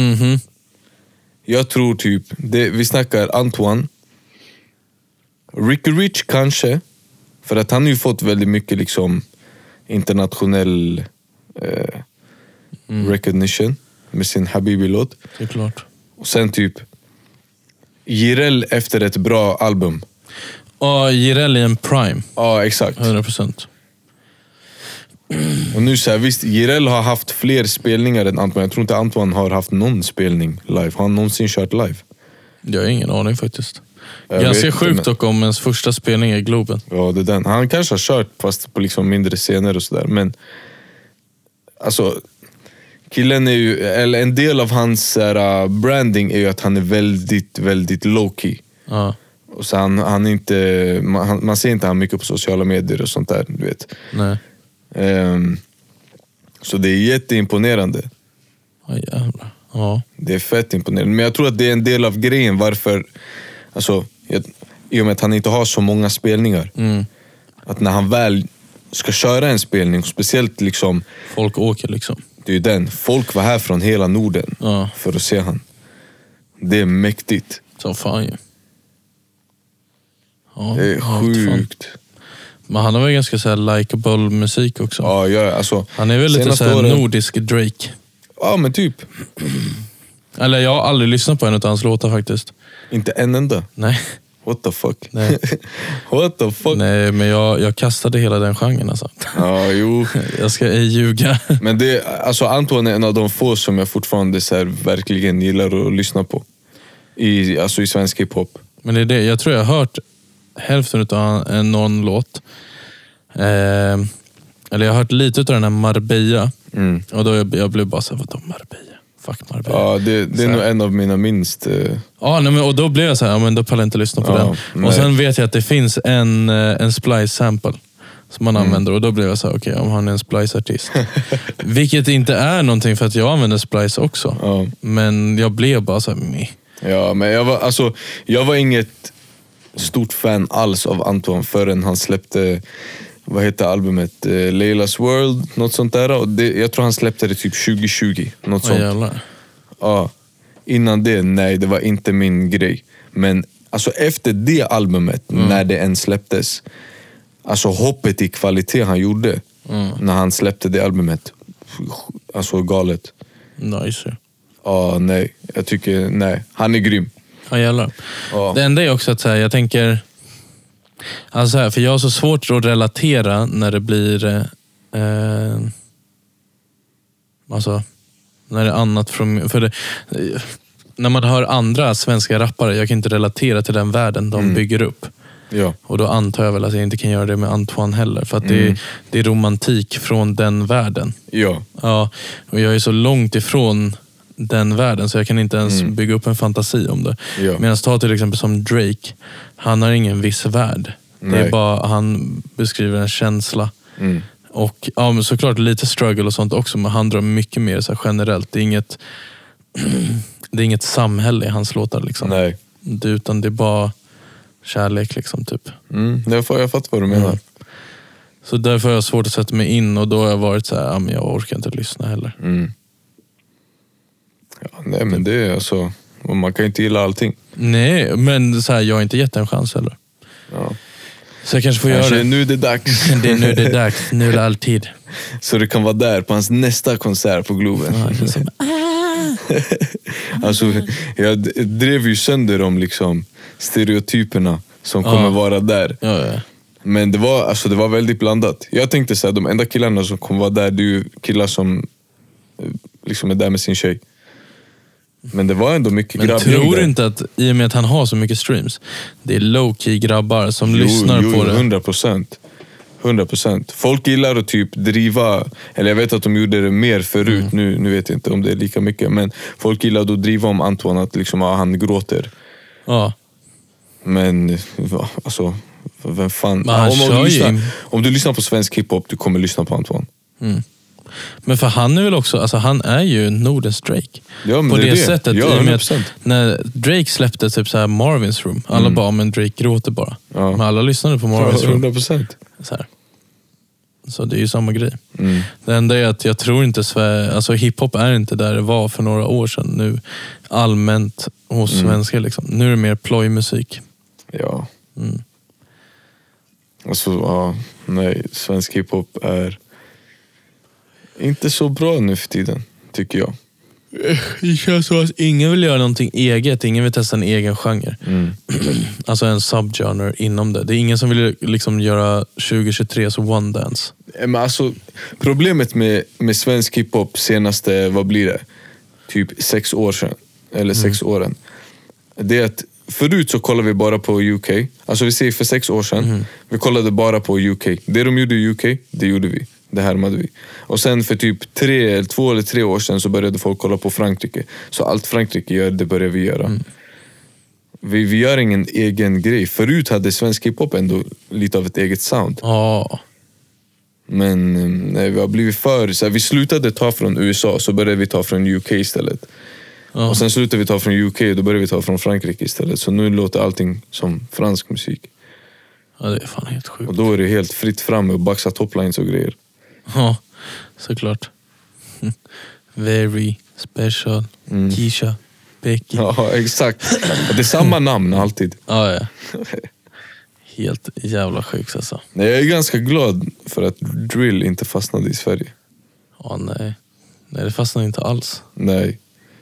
D: Jag tror typ, vi snackar Antoine. Ricky Rich kanske. För att han har ju fått väldigt mycket liksom internationell recognition med sin Habibi-låt.
C: Det är klart.
D: Och sen typ Jireel efter ett bra album.
C: Ja, Jireel i en prime.
D: Ja, exakt.
C: 100%.
D: Och nu så här, visst, Jireel har haft fler spelningar än Antoine. Jag tror inte Antoine har haft någon spelning live. Har han någonsin kört live?
C: Jag har ingen aning faktiskt. Ganska sjukt dock om ens första spelning i Globen.
D: Ja, det är den. Han kanske har kört fast på liksom mindre scener och sådär. Men alltså, killen är ju, eller en del av hans branding är ju att han är väldigt, väldigt low-key.
C: Ja.
D: Och så han inte, man ser inte han mycket på sociala medier och sånt där, du vet.
C: Nej.
D: Så det är jätteimponerande.
C: Ja, jävlar. Ja.
D: Det är fett imponerande. Men jag tror att det är en del av grejen varför, alltså, i och med att han inte har så många spelningar. Att när han väl ska köra en spelning, speciellt liksom,
C: folk åker liksom.
D: det är ju den. Folk var här från hela Norden för att se han. Det är mäktigt.
C: Så fan ju. Ja,
D: det är sjukt.
C: Men han har väl ganska så här likeable musik också.
D: Ja, alltså,
C: han är väl lite så här nordisk Drake.
D: Ja, men typ.
C: Eller jag har aldrig lyssnat på en av hans låtar faktiskt.
D: Inte en enda?
C: Nej.
D: What the fuck?
C: Nej.
D: What the fuck?
C: Nej, men jag kastade hela den genren alltså.
D: Ja, jo.
C: Jag ska ej ljuga.
D: Men det, alltså Antoine är en av de få som jag fortfarande så här, verkligen gillar att lyssna på. I svensk hiphop.
C: Men det är det, jag tror jag har hört hälften av någon låt. Eller jag har hört lite av den här Marbella. Och då jag blev bara så här, vadå Marbella? Fuck Marbella.
D: Ja, det är nog en av mina minst...
C: Ja, nej, men, och då blev jag så här, men då pallar jag inte lyssna på den.
D: Nej.
C: Och sen vet jag att det finns en splice-sample som man använder. Och då blev jag så här, okej, om han är en splice-artist. Vilket inte är någonting för att jag använder splice också.
D: Ja.
C: Men jag blev bara så här, meh.
D: Ja, men jag var inget stort fan alls av Antoine förrän han släppte, vad heter albumet? Leilas World, något sånt där. Och jag tror han släppte det typ 2020, något sånt.
C: Jävlar.
D: Ja. Innan det, nej, det var inte min grej. Men alltså efter det albumet, när det än släpptes, alltså hoppet i kvalitet han gjorde när han släppte det albumet, alltså galet.
C: Nice.
D: Ja, nej. Jag tycker, nej. Han är grym.
C: Ja, jävlar.
D: Ja.
C: Det enda är också att så här, jag tänker... Alltså här, för jag har så svårt att relatera när det blir... alltså, när det är annat från... För det, när man hör andra svenska rappare, jag kan inte relatera till den världen de bygger upp.
D: Ja.
C: Och då antar jag väl att jag inte kan göra det med Antoine heller. För att det är romantik från den världen.
D: Ja.
C: Ja, och jag är så långt ifrån den världen så jag kan inte ens bygga upp en fantasi om det.
D: Ja.
C: Medan ta till exempel som Drake, han har ingen viss värld. Det är bara, han beskriver en känsla. Och ja, men såklart lite struggle och sånt också, men han drar mycket mer så här generellt. Det är inget samhälle i hans låtar liksom.
D: Nej.
C: Utan det är bara kärlek liksom typ.
D: Jag fattar vad du menar.
C: Så därför har jag svårt att sätta mig in, och då har jag varit så här, men jag orkar inte lyssna heller.
D: Ja, nej, men det är alltså, man kan inte gilla allting.
C: Nej, men så här, jag har inte gett en chans heller.
D: Ja.
C: Så jag kanske får göra det.
D: Nu är det dags.
C: Nu är det dags, nu är det alltid.
D: Så du kan vara där på hans nästa konsert på Globen. Alltså, jag drev ju sönder de liksom stereotyperna som kommer vara där.
C: Ja.
D: Men det var väldigt blandat. Jag tänkte så här, de enda killarna som kommer vara där, det är ju killar som liksom är där med sin tjej. Men det var ändå mycket grabbar.
C: Men tror du inte att, i och med att han har så mycket streams, det är low-key grabbar som lyssnar på det?
D: 100%. Folk gillar att typ driva, eller jag vet att de gjorde det mer förut, nu vet jag inte om det är lika mycket, men folk gillade att driva om Antoine, att liksom, han gråter.
C: Ja.
D: Men alltså, vem fan? Om du lyssnar på svensk hiphop, du kommer lyssna på Antoine.
C: Men för han är väl också, alltså han är ju Nordens Drake.
D: Ja, men
C: på det sättet.
D: Ja, 100%.
C: När Drake släppte typ så här Marvin's Room, alla bara, men Drake gråter bara.
D: Ja.
C: Men alla lyssnade på Marvin's Room.
D: 100%.
C: Så det är ju samma grej. Det enda är att jag tror inte alltså hiphop är inte där det var för några år sedan nu. Allmänt hos svenskar liksom. Nu är det mer plojmusik.
D: Ja. Alltså, nej, svensk hiphop är inte så bra nu för tiden, tycker jag.
C: Det känns så att ingen vill göra någonting eget. Ingen vill testa en egen genre. Alltså en subgenre inom det. Det är ingen som vill liksom göra 2023 så one dance.
D: Men alltså, problemet med svensk hiphop senaste, vad blir det? Typ 6 år sedan. Eller 6 åren. Det är att förut så kollade vi bara på UK. Alltså vi säger för 6 år sedan. Vi kollade bara på UK. Det de gjorde i UK, det gjorde vi. Det härmade vi. Och sen för typ 2 eller 3 år sedan så började folk kolla på Frankrike. Så allt Frankrike gör, det börjar vi göra. Vi gör ingen egen grej. Förut hade svensk hiphop ändå lite av ett eget sound. Men nej, vi har blivit så här, vi slutade ta från USA, så började vi ta från UK istället. Och sen slutade vi ta från UK, då började vi ta från Frankrike istället. Så nu låter allting som fransk musik.
C: Ja, det är fan helt sjukt.
D: Och då är det helt fritt fram och baxa toplines och grejer.
C: Ja, såklart. Very special. Keisha, Becky.
D: Ja, exakt. Det är samma namn alltid.
C: Ja. Helt jävla sjukt alltså.
D: Nej, jag är ganska glad för att drill inte fastnade i Sverige.
C: Ja, nej. Nej, det fastnade inte alls.
D: Nej.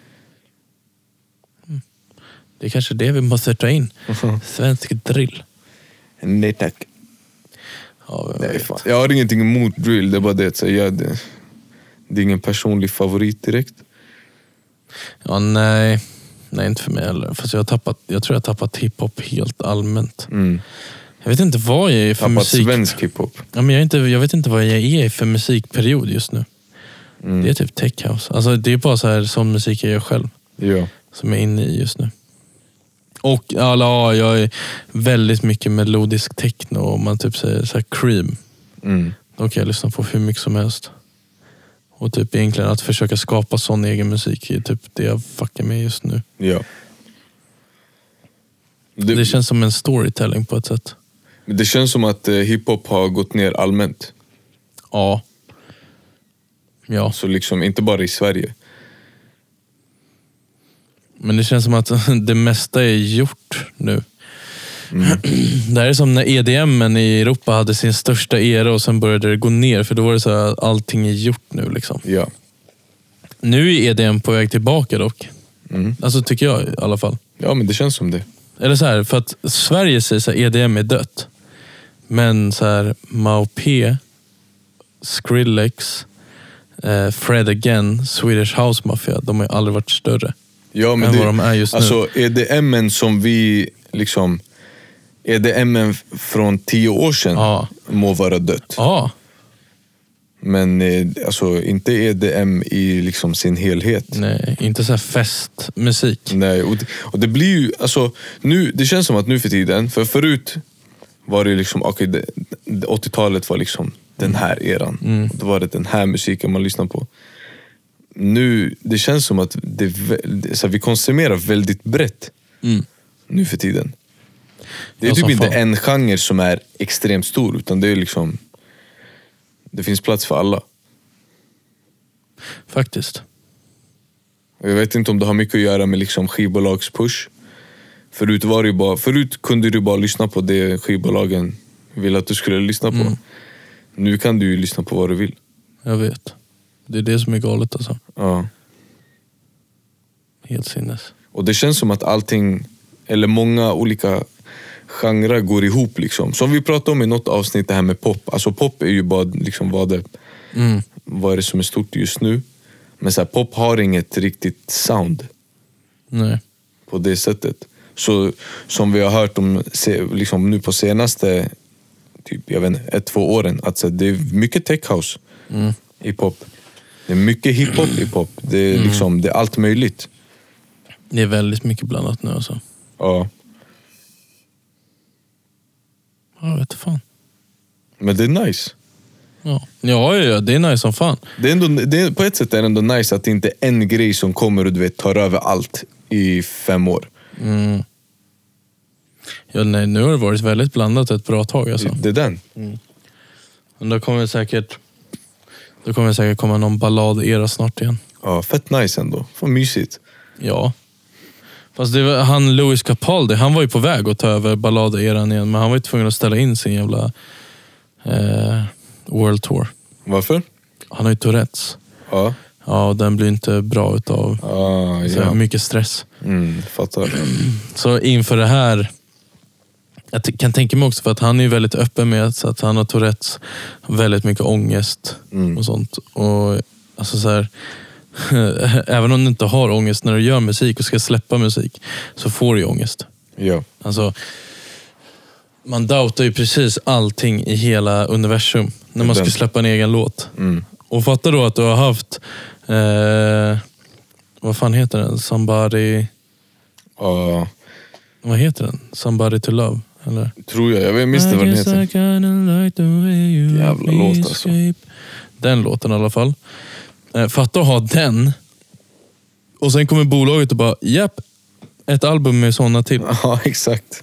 C: Det är kanske det vi måste ta in. Svensk drill.
D: Nej tack.
C: Ja,
D: nej, fan. Jag har ingenting emot drill, det är bara det att säga det. Det är ingen personlig favorit direkt.
C: Ja, nej. Nej, inte för mig heller. Fast jag tror jag har tappat hiphop helt allmänt. Jag vet inte vad jag är för musik.
D: Svensk hiphop.
C: Ja, men jag vet inte vad jag är för musikperiod just nu. Det är typ tech house. Alltså det är bara så här sån musik jag gör själv.
D: Ja.
C: Som jag är inne i just nu. Och jag är väldigt mycket melodisk techno. Om man typ säger så här Cream. Då kan jag lyssna på hur mycket som helst. Och typ egentligen att försöka skapa sån egen musik är typ det jag fuckar med just nu.
D: Ja.
C: Det känns som en storytelling på ett sätt.
D: Det känns som att hiphop har gått ner allmänt.
C: Ja.
D: Så liksom inte bara i Sverige.
C: Men det känns som att det mesta är gjort nu. Det här är som när EDM:en i Europa hade sin största era och sen började det gå ner. För då var det så här, allting är gjort nu liksom.
D: Ja.
C: Nu är EDM på väg tillbaka dock. Alltså tycker jag i alla fall.
D: Ja, men det känns som det.
C: Eller så här, för att Sverige säger så här, EDM är dött. Men så här, Mau P, Skrillex, Fred Again, Swedish House Mafia, de har ju aldrig varit större.
D: Ja, men
C: än vad de är just
D: alltså, nu. EDM:en som vi liksom... EDM:en från 10 år sedan må vara dött.
C: Ja.
D: Men alltså, inte EDM i liksom sin helhet.
C: Nej, inte så här festmusik.
D: Nej, och det blir ju... Alltså, nu, det känns som att nu för tiden... För förut var det liksom, okej, 80-talet var liksom den här eran. Då var det den här musiken man lyssnar på. Nu, det känns som att så vi konsumerar väldigt brett nu för tiden. Det är typ inte en genre som är extremt stor, utan det är liksom, det finns plats för alla.
C: Faktiskt.
D: Jag vet inte om det har mycket att göra med liksom skivbolags push. Förut kunde du bara lyssna på det skivbolagen vill att du skulle lyssna på. Nu kan du ju lyssna på vad du vill.
C: Jag vet. Det är det som är galet alltså.
D: Ja.
C: Helt sinnes.
D: Och det känns som att allting, eller många olika genrer går ihop liksom. Som vi pratade om i något avsnitt, det här med pop. Alltså pop är ju bara liksom vad är det som är stort just nu. Men så här, pop har inget riktigt sound.
C: Nej.
D: På det sättet. Så som vi har hört om liksom nu på senaste typ, jag vet inte, 1-2 åren, att så, det är mycket tech house i pop. Det är mycket hiphop i pop. Det är liksom, det är allt möjligt.
C: Det är väldigt mycket blandat nu alltså.
D: Ja.
C: Jag vet fan.
D: Men det är nice.
C: Ja, det är nice som fan.
D: På ett sätt är det ändå nice att det inte är en grej som kommer och du vet tar över allt i 5 år.
C: Ja, nej, nu har det varit väldigt blandat ett bra tag alltså.
D: Det är den.
C: Men då kommer säkert komma någon ballad-era snart igen.
D: Ja, fett nice ändå. Fan mysigt.
C: Ja. Fast det var, han Louis Capaldi, han var ju på väg att ta över ballad-eran igen, men han var ju tvungen att ställa in sin jävla World Tour.
D: Varför?
C: Han har ju Tourettes.
D: Ja.
C: Ja, och den blir inte bra utav så mycket stress.
D: Fattar.
C: Så inför det här, jag kan tänka mig också för att han är väldigt öppen med så att han har Tourettes, väldigt mycket ångest och sånt. Och alltså så här, även om du inte har ångest när du gör musik och ska släppa musik, så får du ju ångest.
D: Ja.
C: Alltså, man doubtar ju precis allting i hela universum när man ska släppa en egen låt. Och fatta då att du har haft vad fan heter den? Somebody... Vad heter den? Somebody to love? Eller?
D: Tror jag minns inte vad den heter. Jävla låt alltså.
C: Den låten i alla fall. Fatta att ha den. Och sen kommer bolaget och bara, japp, ett album med sådana till.
D: Ja, exakt.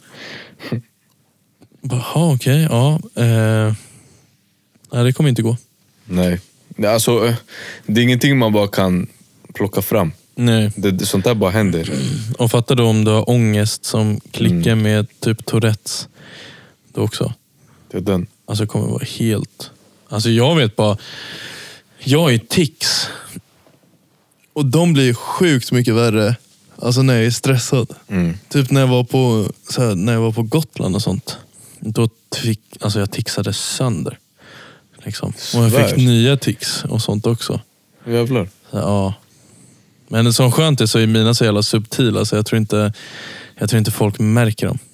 C: Okej, ja. Nej, det kommer inte gå.
D: Nej. Alltså, det är ingenting man bara kan plocka fram.
C: Nej.
D: Sånt där bara händer.
C: Och fattar du om du har ångest som klickar med typ Tourettes då också.
D: Det är den.
C: Alltså det kommer vara helt... Alltså jag vet bara... Jag är tics. Och de blir sjukt mycket värre. Alltså när jag är stressad. Typ när jag var på Gotland och sånt. Då jag ticsade sönder. Liksom. Och jag fick nya tics och sånt också.
D: Jävlar.
C: Så, ja. Men som skönt är så är mina så jävla subtila, så jag tror inte folk märker dem.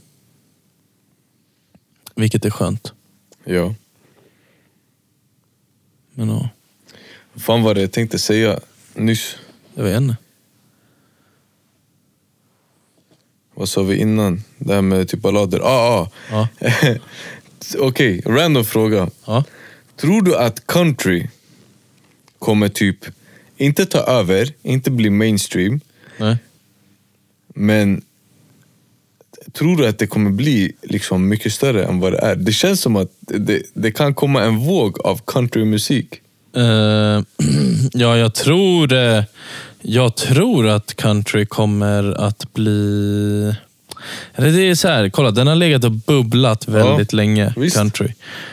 C: Vilket är skönt.
D: Ja.
C: Men ja.
D: Fan vad det jag tänkte säga nyss.
C: Jag vet inte.
D: Vad sa vi innan? Det här med typ ballader. Ja. Okej, random fråga.
C: Ja.
D: Tror du att country kommer typ inte ta över, inte bli mainstream?
C: Nej.
D: Men tror du att det kommer bli liksom mycket större än vad det är? Det känns som att det kan komma en våg av countrymusik.
C: Ja, jag tror att country kommer att bli... Det är så här, kolla, den har legat och bubblat väldigt länge,
D: visst.
C: country.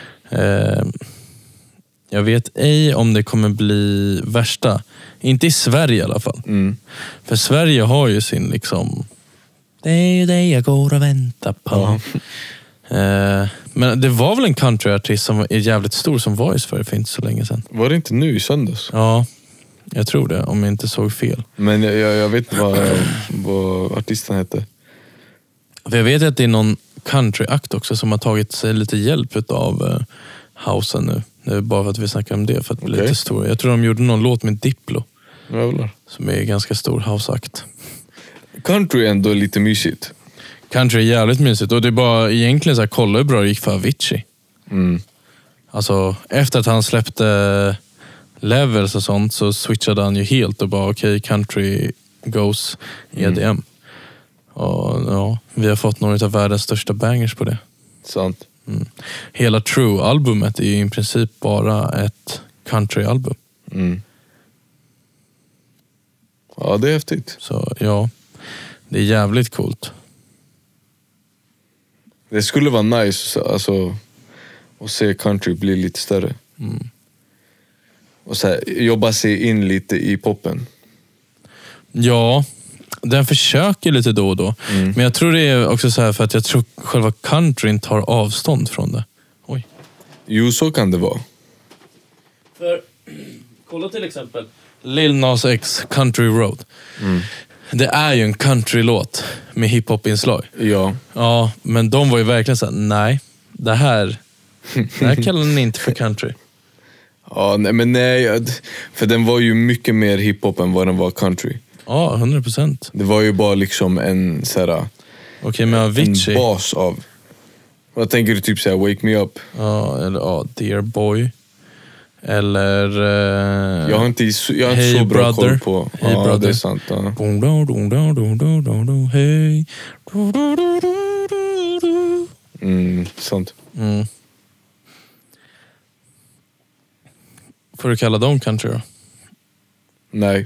C: Jag vet ej om det kommer bli värsta. Inte i Sverige i alla fall. För Sverige har ju sin liksom... Det är ju det jag går och väntar på. Men det var väl en countryartist som är jävligt stor som var i Sverige för inte så länge sedan.
D: Var det inte nu i söndags?
C: Ja, jag tror det, om jag inte såg fel.
D: Men jag vet inte vad artisten hette.
C: För jag vet att det är någon countryakt också som har tagit sig lite hjälp av housen nu. Det är bara för att vi snackar om det, för att bli lite stor. Jag tror de gjorde någon låt med Diplo.
D: Jävlar.
C: Som är ganska stor houseakt.
D: Country är ändå lite mysigt.
C: Country är jävligt mysigt. Och det är bara egentligen så här, kolla hur bra det gick för Avicii. Alltså, efter att han släppte Levels och sånt så switchade han ju helt och bara okej, country goes EDM. Och ja, vi har fått några av världens största bangers på det.
D: Sant.
C: Hela True-albumet är ju i princip bara ett country-album.
D: Ja, det är häftigt.
C: Så ja, det är jävligt coolt.
D: Det skulle vara nice alltså, att se country bli lite större. Och så här, jobba sig in lite i poppen.
C: Ja, den försöker lite då och då. Men jag tror det är också så här för att jag tror själva countryn tar avstånd från det. Oj.
D: Jo, så kan det vara.
C: För, kolla till exempel Lil Nas X, Country Road. Det är ju en countrylåt med hiphop-inslag.
D: Ja.
C: Ja, men de var ju verkligen så här, nej, det här kallar ni inte för country.
D: Ja, nej, för den var ju mycket mer hiphop än vad den var country.
C: Ja, 100%.
D: Det var ju bara liksom en såhär,
C: okej, men Avicii.
D: en bas av. Vad tänker du, typ såhär Wake Me Up?
C: Ja, eller Dear Boy. Eller
D: jag har inte
C: Hey
D: så bra
C: Brother.
D: koll på.
C: Hey
D: ja,
C: Brother.
D: det är sant. Ja.
C: Hey.
D: Sant.
C: Får du kalla dem country då?
D: Nej.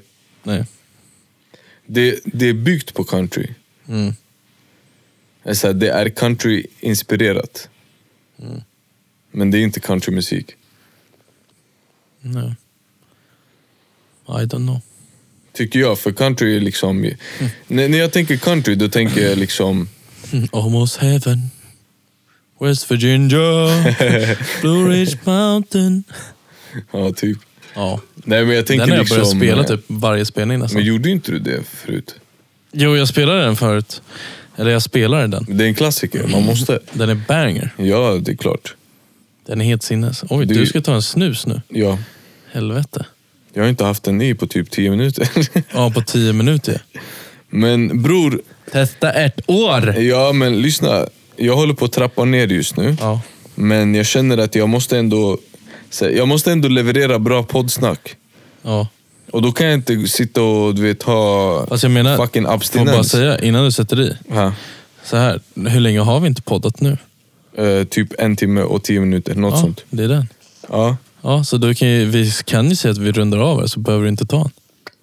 D: Det är byggt på country. Alltså, det är country-inspirerat. Men det är inte countrymusik.
C: Nej. I don't know.
D: Tycker jag, för country är liksom... När jag tänker country, då tänker jag liksom...
C: Almost heaven. West Virginia. Blue Ridge Mountain.
D: Ja, typ.
C: Ja.
D: Nej, men jag tänker
C: den har jag
D: liksom...
C: börjat spela typ varje spelning nästan.
D: Men gjorde inte du det förut?
C: Jo, jag spelade den förut. Eller jag spelade den.
D: Det är en klassiker, man måste...
C: Den är banger.
D: Ja, det är klart.
C: Den är helt sinnes. Oj, du ska ta en snus nu.
D: Ja.
C: Helvete.
D: Jag har inte haft den i på typ 10 minuter.
C: Ja, på 10 minuter.
D: Men bror...
C: Testa 1 år!
D: Ja, men lyssna. Jag håller på att trappa ner just nu.
C: Ja.
D: Men jag känner att jag måste ändå leverera bra poddsnack.
C: Ja.
D: Och då kan jag inte sitta och du vet ha
C: Alltså jag menar,
D: fucking abstinens.
C: får bara säga innan du sätter i.
D: Ja.
C: Så här, hur länge har vi inte poddat nu?
D: Typ 1 timme och 10 minuter, något sånt.
C: Det är den.
D: Ja.
C: Ja, så då vi kan ju säga att vi rundar av här, så behöver du inte ta en.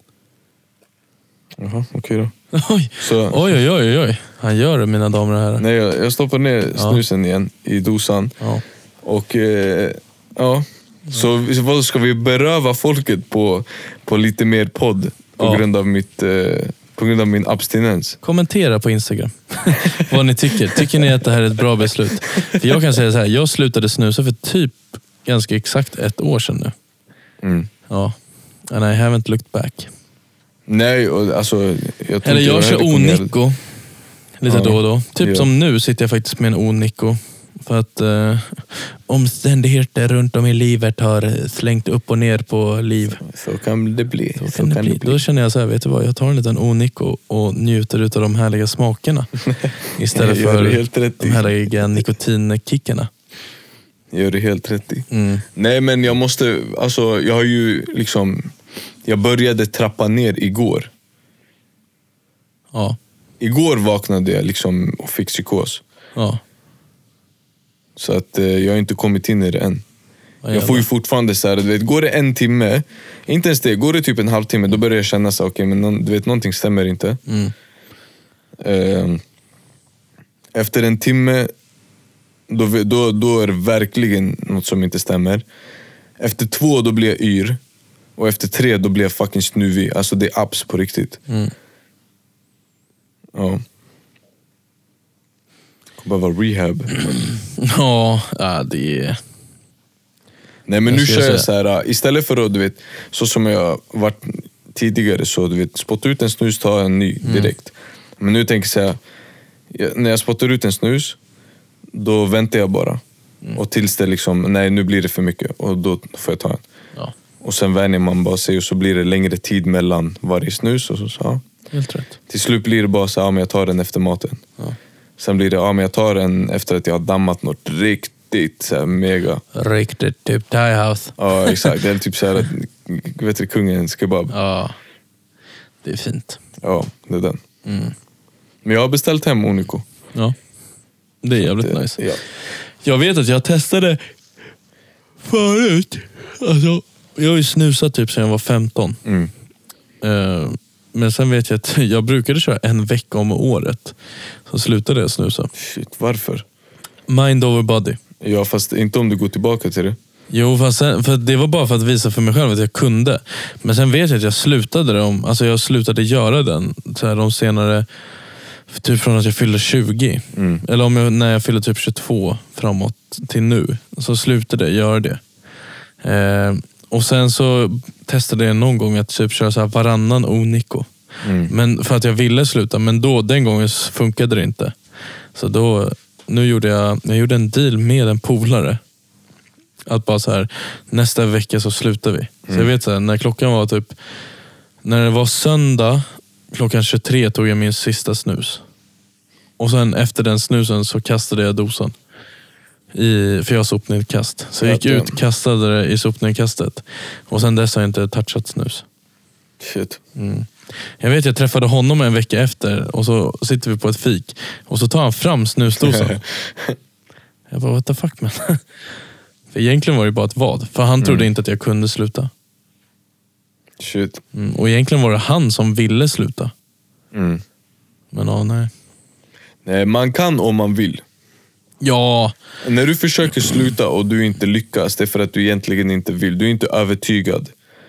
D: Jaha, okej då.
C: Oj.
D: Så,
C: Oj. Han gör det, mina damer och herrar.
D: nej, jag stoppar ner snusen igen i dosan.
C: Ja.
D: Och ja. Så vad ska vi beröva folket på lite mer podd på grund av på grund av min abstinens?
C: Kommentera på Instagram vad ni tycker. Tycker ni att det här är ett bra beslut? För jag kan säga så här, jag slutade snusa för typ ganska exakt 1 år sedan nu. Ja. And I haven't looked back.
D: Nej, alltså...
C: Jag kör Onico lite då och då. Typ som nu sitter jag faktiskt med en Onico. För att omständigheter runt om i livet har slängt upp och ner på liv.
D: Så kan det bli.
C: Så kan det bli. Då känner jag så här, vet du vad? Jag tar en liten Onico och njuter utav de härliga smakerna. Istället för de härliga nikotinkickarna.
D: Gör det helt rätt i. Nej, men jag måste... Alltså, jag har ju liksom... Jag började trappa ner igår.
C: Ja.
D: Igår vaknade jag liksom och fick psykos.
C: Ja.
D: Så att jag har inte kommit in i det än. Jag får ju fortfarande så här, du vet, går det 1 timme, inte ens det, går det typ en halvtimme, då börjar jag känna så okej, men du vet, någonting stämmer inte. Efter 1 timme, då är det verkligen något som inte stämmer. Efter 2, då blir jag yr. Och efter 3, då blir jag fucking snuvig. Alltså det är abs på riktigt. Ja. Det bara vara rehab.
C: Ja, det är...
D: Nej, men nu kör jag så här, istället för att, du vet, så som jag varit tidigare, så du vet, spotta ut en snus, ta en ny direkt. Men nu tänker jag så här, när jag spottar ut en snus, då väntar jag bara. Och tills det liksom, nej, nu blir det för mycket, och då får jag ta en.
C: Ja.
D: Och sen vänjer man bara sig, och så blir det längre tid mellan varje snus, och så.
C: Helt rätt.
D: Till slut blir det bara så här, men jag tar den efter maten.
C: Ja.
D: Sen blir det, men jag tar en efter att jag har dammat något riktigt så här, mega.
C: Riktigt, typ Thai house.
D: Ja, exakt. Det är typ så här, vet du, kungens kebab.
C: Ja, det är fint.
D: Ja, det är den. Men jag har beställt hem Onico.
C: Ja, det är jävligt nice.
D: Ja.
C: Jag vet att jag testade förut. Alltså, jag har ju snusat typ sedan jag var 15. Men sen vet jag att jag brukade köra en vecka om året. Så slutade jag snusa.
D: Shit, varför?
C: Mind over body.
D: Ja, fast inte om du går tillbaka till det.
C: Jo, fast sen, för det var bara för att visa för mig själv att jag kunde. Men sen vet jag att jag slutade alltså jag slutade göra den så här, de senare, typ från att jag fyllde 20. Eller när jag fyllde typ 22 framåt till nu, så slutade jag göra det. Och sen så testade jag någon gång att typ köra så här varannan Onico. Men för att jag ville sluta, men den gången funkade det inte. Så då, nu gjorde jag en deal med en polare. Att bara så här, nästa vecka så slutar vi. Så jag vet så här, när klockan var typ, när det var söndag klockan 23 tog jag min sista snus. Och sen efter den snusen så kastade jag dosan. För jag har sopnedkast. Så jag gick ut, kastade det i sopnedkastet. Och sen dess har jag inte touchat snus.
D: Shit.
C: Jag vet, jag träffade honom en vecka efter. Och så sitter vi på ett fik. Och så tar han fram snusdosan. Jag bara, what the fuck man. För egentligen var det bara ett vad. För han trodde inte att jag kunde sluta.
D: Shit.
C: Och egentligen var det han som ville sluta. Men nej.
D: Nej, man kan om man vill.
C: Ja.
D: När du försöker sluta och du inte lyckas, det är för att du egentligen inte vill. Du är inte övertygad.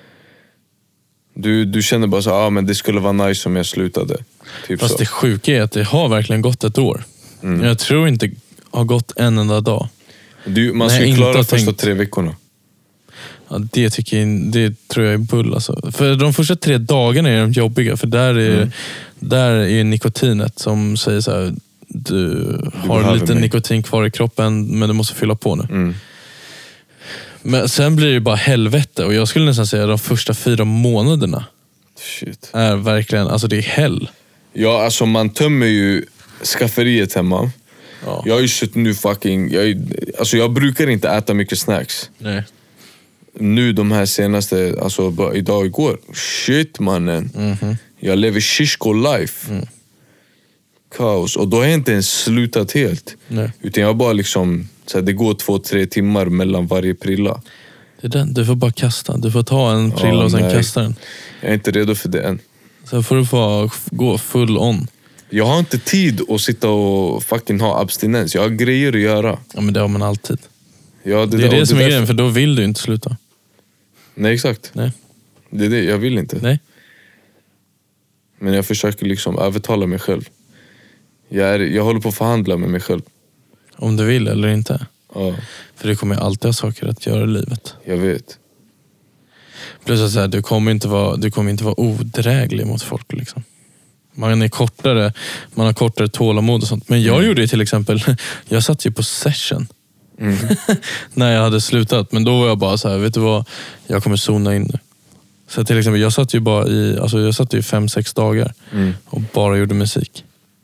D: Du känner bara så, men det skulle vara nice om jag slutade. Typ.
C: Fast
D: så.
C: det sjuka är att det har verkligen gått ett år. Jag tror inte har gått en enda dag.
D: Man ska ju klara första 3 veckorna.
C: Ja, det tror jag är bull alltså. För de första 3 dagarna är de jobbiga. För där är nikotinet som säger så här, du har lite nikotin kvar i kroppen, men du måste fylla på nu. Men sen blir det bara helvete. Och jag skulle nästan säga att de första 4 månaderna är verkligen, alltså det är hell.
D: Ja, alltså man tömmer ju skafferiet hemma.
C: Ja.
D: Jag har ju sett nu jag brukar inte äta mycket snacks.
C: Nej.
D: Nu de här senaste, alltså bara idag och igår. Shit mannen. Jag lever shishko life. Kaos. Och då har jag inte ens slutat helt.
C: Nej.
D: Utan jag bara liksom, så här, det går 2-3 timmar mellan varje prilla.
C: Det är den, du får bara kasta. Du får ta en prilla och sen kasta den.
D: Jag är inte redo för det än.
C: Sen får du få gå full on.
D: Jag har inte tid att sitta och fucking ha abstinens. Jag har grejer att göra.
C: Ja, men det har man alltid.
D: Ja,
C: det är det som är grejen, för då vill du inte sluta.
D: Nej, exakt.
C: Nej.
D: Det är det, jag vill inte.
C: Nej.
D: Men jag försöker liksom övertala mig själv. Jag håller på att förhandla med mig själv.
C: Om du vill eller inte.
D: Ja.
C: För du kommer alltid ha saker att göra i livet.
D: Jag vet.
C: Plus att säga, du kommer inte vara odräglig mot folk liksom. Man har kortare tålamod och sånt. Men jag gjorde ju till exempel, jag satt ju på session. När jag hade slutat. Men då var jag bara så här, vet du vad, jag kommer zona in nu. Så till exempel, jag satt ju 5-6 dagar och bara gjorde musik.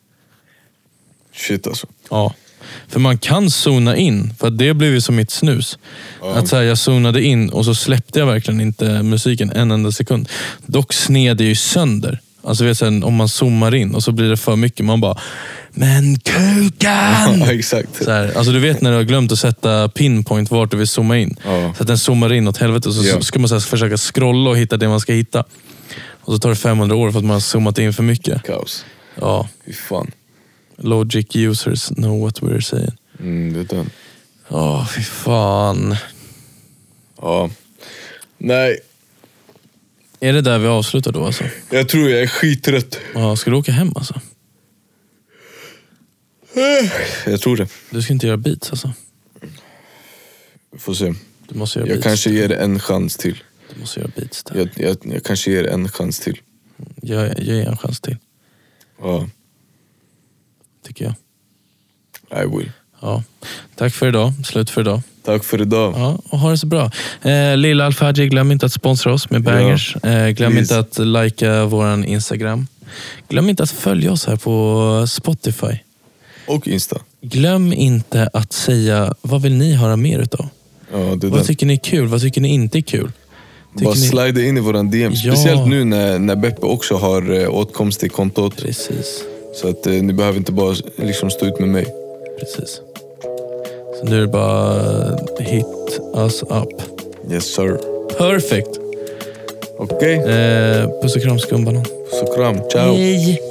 D: Shit alltså.
C: Ja. För man kan zona in, för det blev ju som mitt snus. Att så här, jag zonade in och så släppte jag verkligen inte musiken en enda sekund. Dock sned det ju sönder. Alltså vet du, om man zoomar in och så blir det för mycket, man bara, men kukan!
D: Ja, exakt.
C: Så här, alltså du vet när du har glömt att sätta pinpoint vart du vill zooma in. Så att den zoomar in åt helvete och så ska man så här försöka scrolla och hitta det man ska hitta. Och så tar det 500 år för att man har zoomat in för mycket.
D: Kaos.
C: Ja.
D: Fy fan.
C: Logic users know what we're saying.
D: Det är den.
C: Fy fan.
D: Ja. Nej.
C: Är det där vi avslutar då alltså?
D: Jag tror jag är skittrött.
C: Ja, ska du åka hem alltså?
D: Jag tror det.
C: Du ska inte göra beats alltså?
D: Får se.
C: Du måste göra
D: jag
C: beats.
D: Kanske ger det en chans till.
C: Du måste göra beats där.
D: Jag kanske ger en chans till.
C: Jag ger en chans till.
D: Ja.
C: Tycker jag.
D: I will.
C: Ja. Tack för idag. Slut för idag.
D: Tack för idag.
C: Ja, och ha det så bra. Lilla Alfadji, glöm inte att sponsra oss med bangers. Glöm inte att likea våran Instagram. Glöm inte att följa oss här på Spotify.
D: Och Insta.
C: Glöm inte att säga, vad vill ni höra mer utav?
D: Ja, det
C: Vad
D: där.
C: tycker ni är kul? Vad tycker ni inte är kul?
D: Bara slida in i våran DM.
C: Ja.
D: Speciellt nu när Beppe också har åtkomst till kontot.
C: Precis.
D: Så att ni behöver inte bara liksom stå ut med mig.
C: Precis. Så nu är det bara hit us up.
D: Yes sir.
C: Perfect.
D: Okej.
C: Puss och kram, skumbanan.
D: Så kram. Ciao.
C: Hej.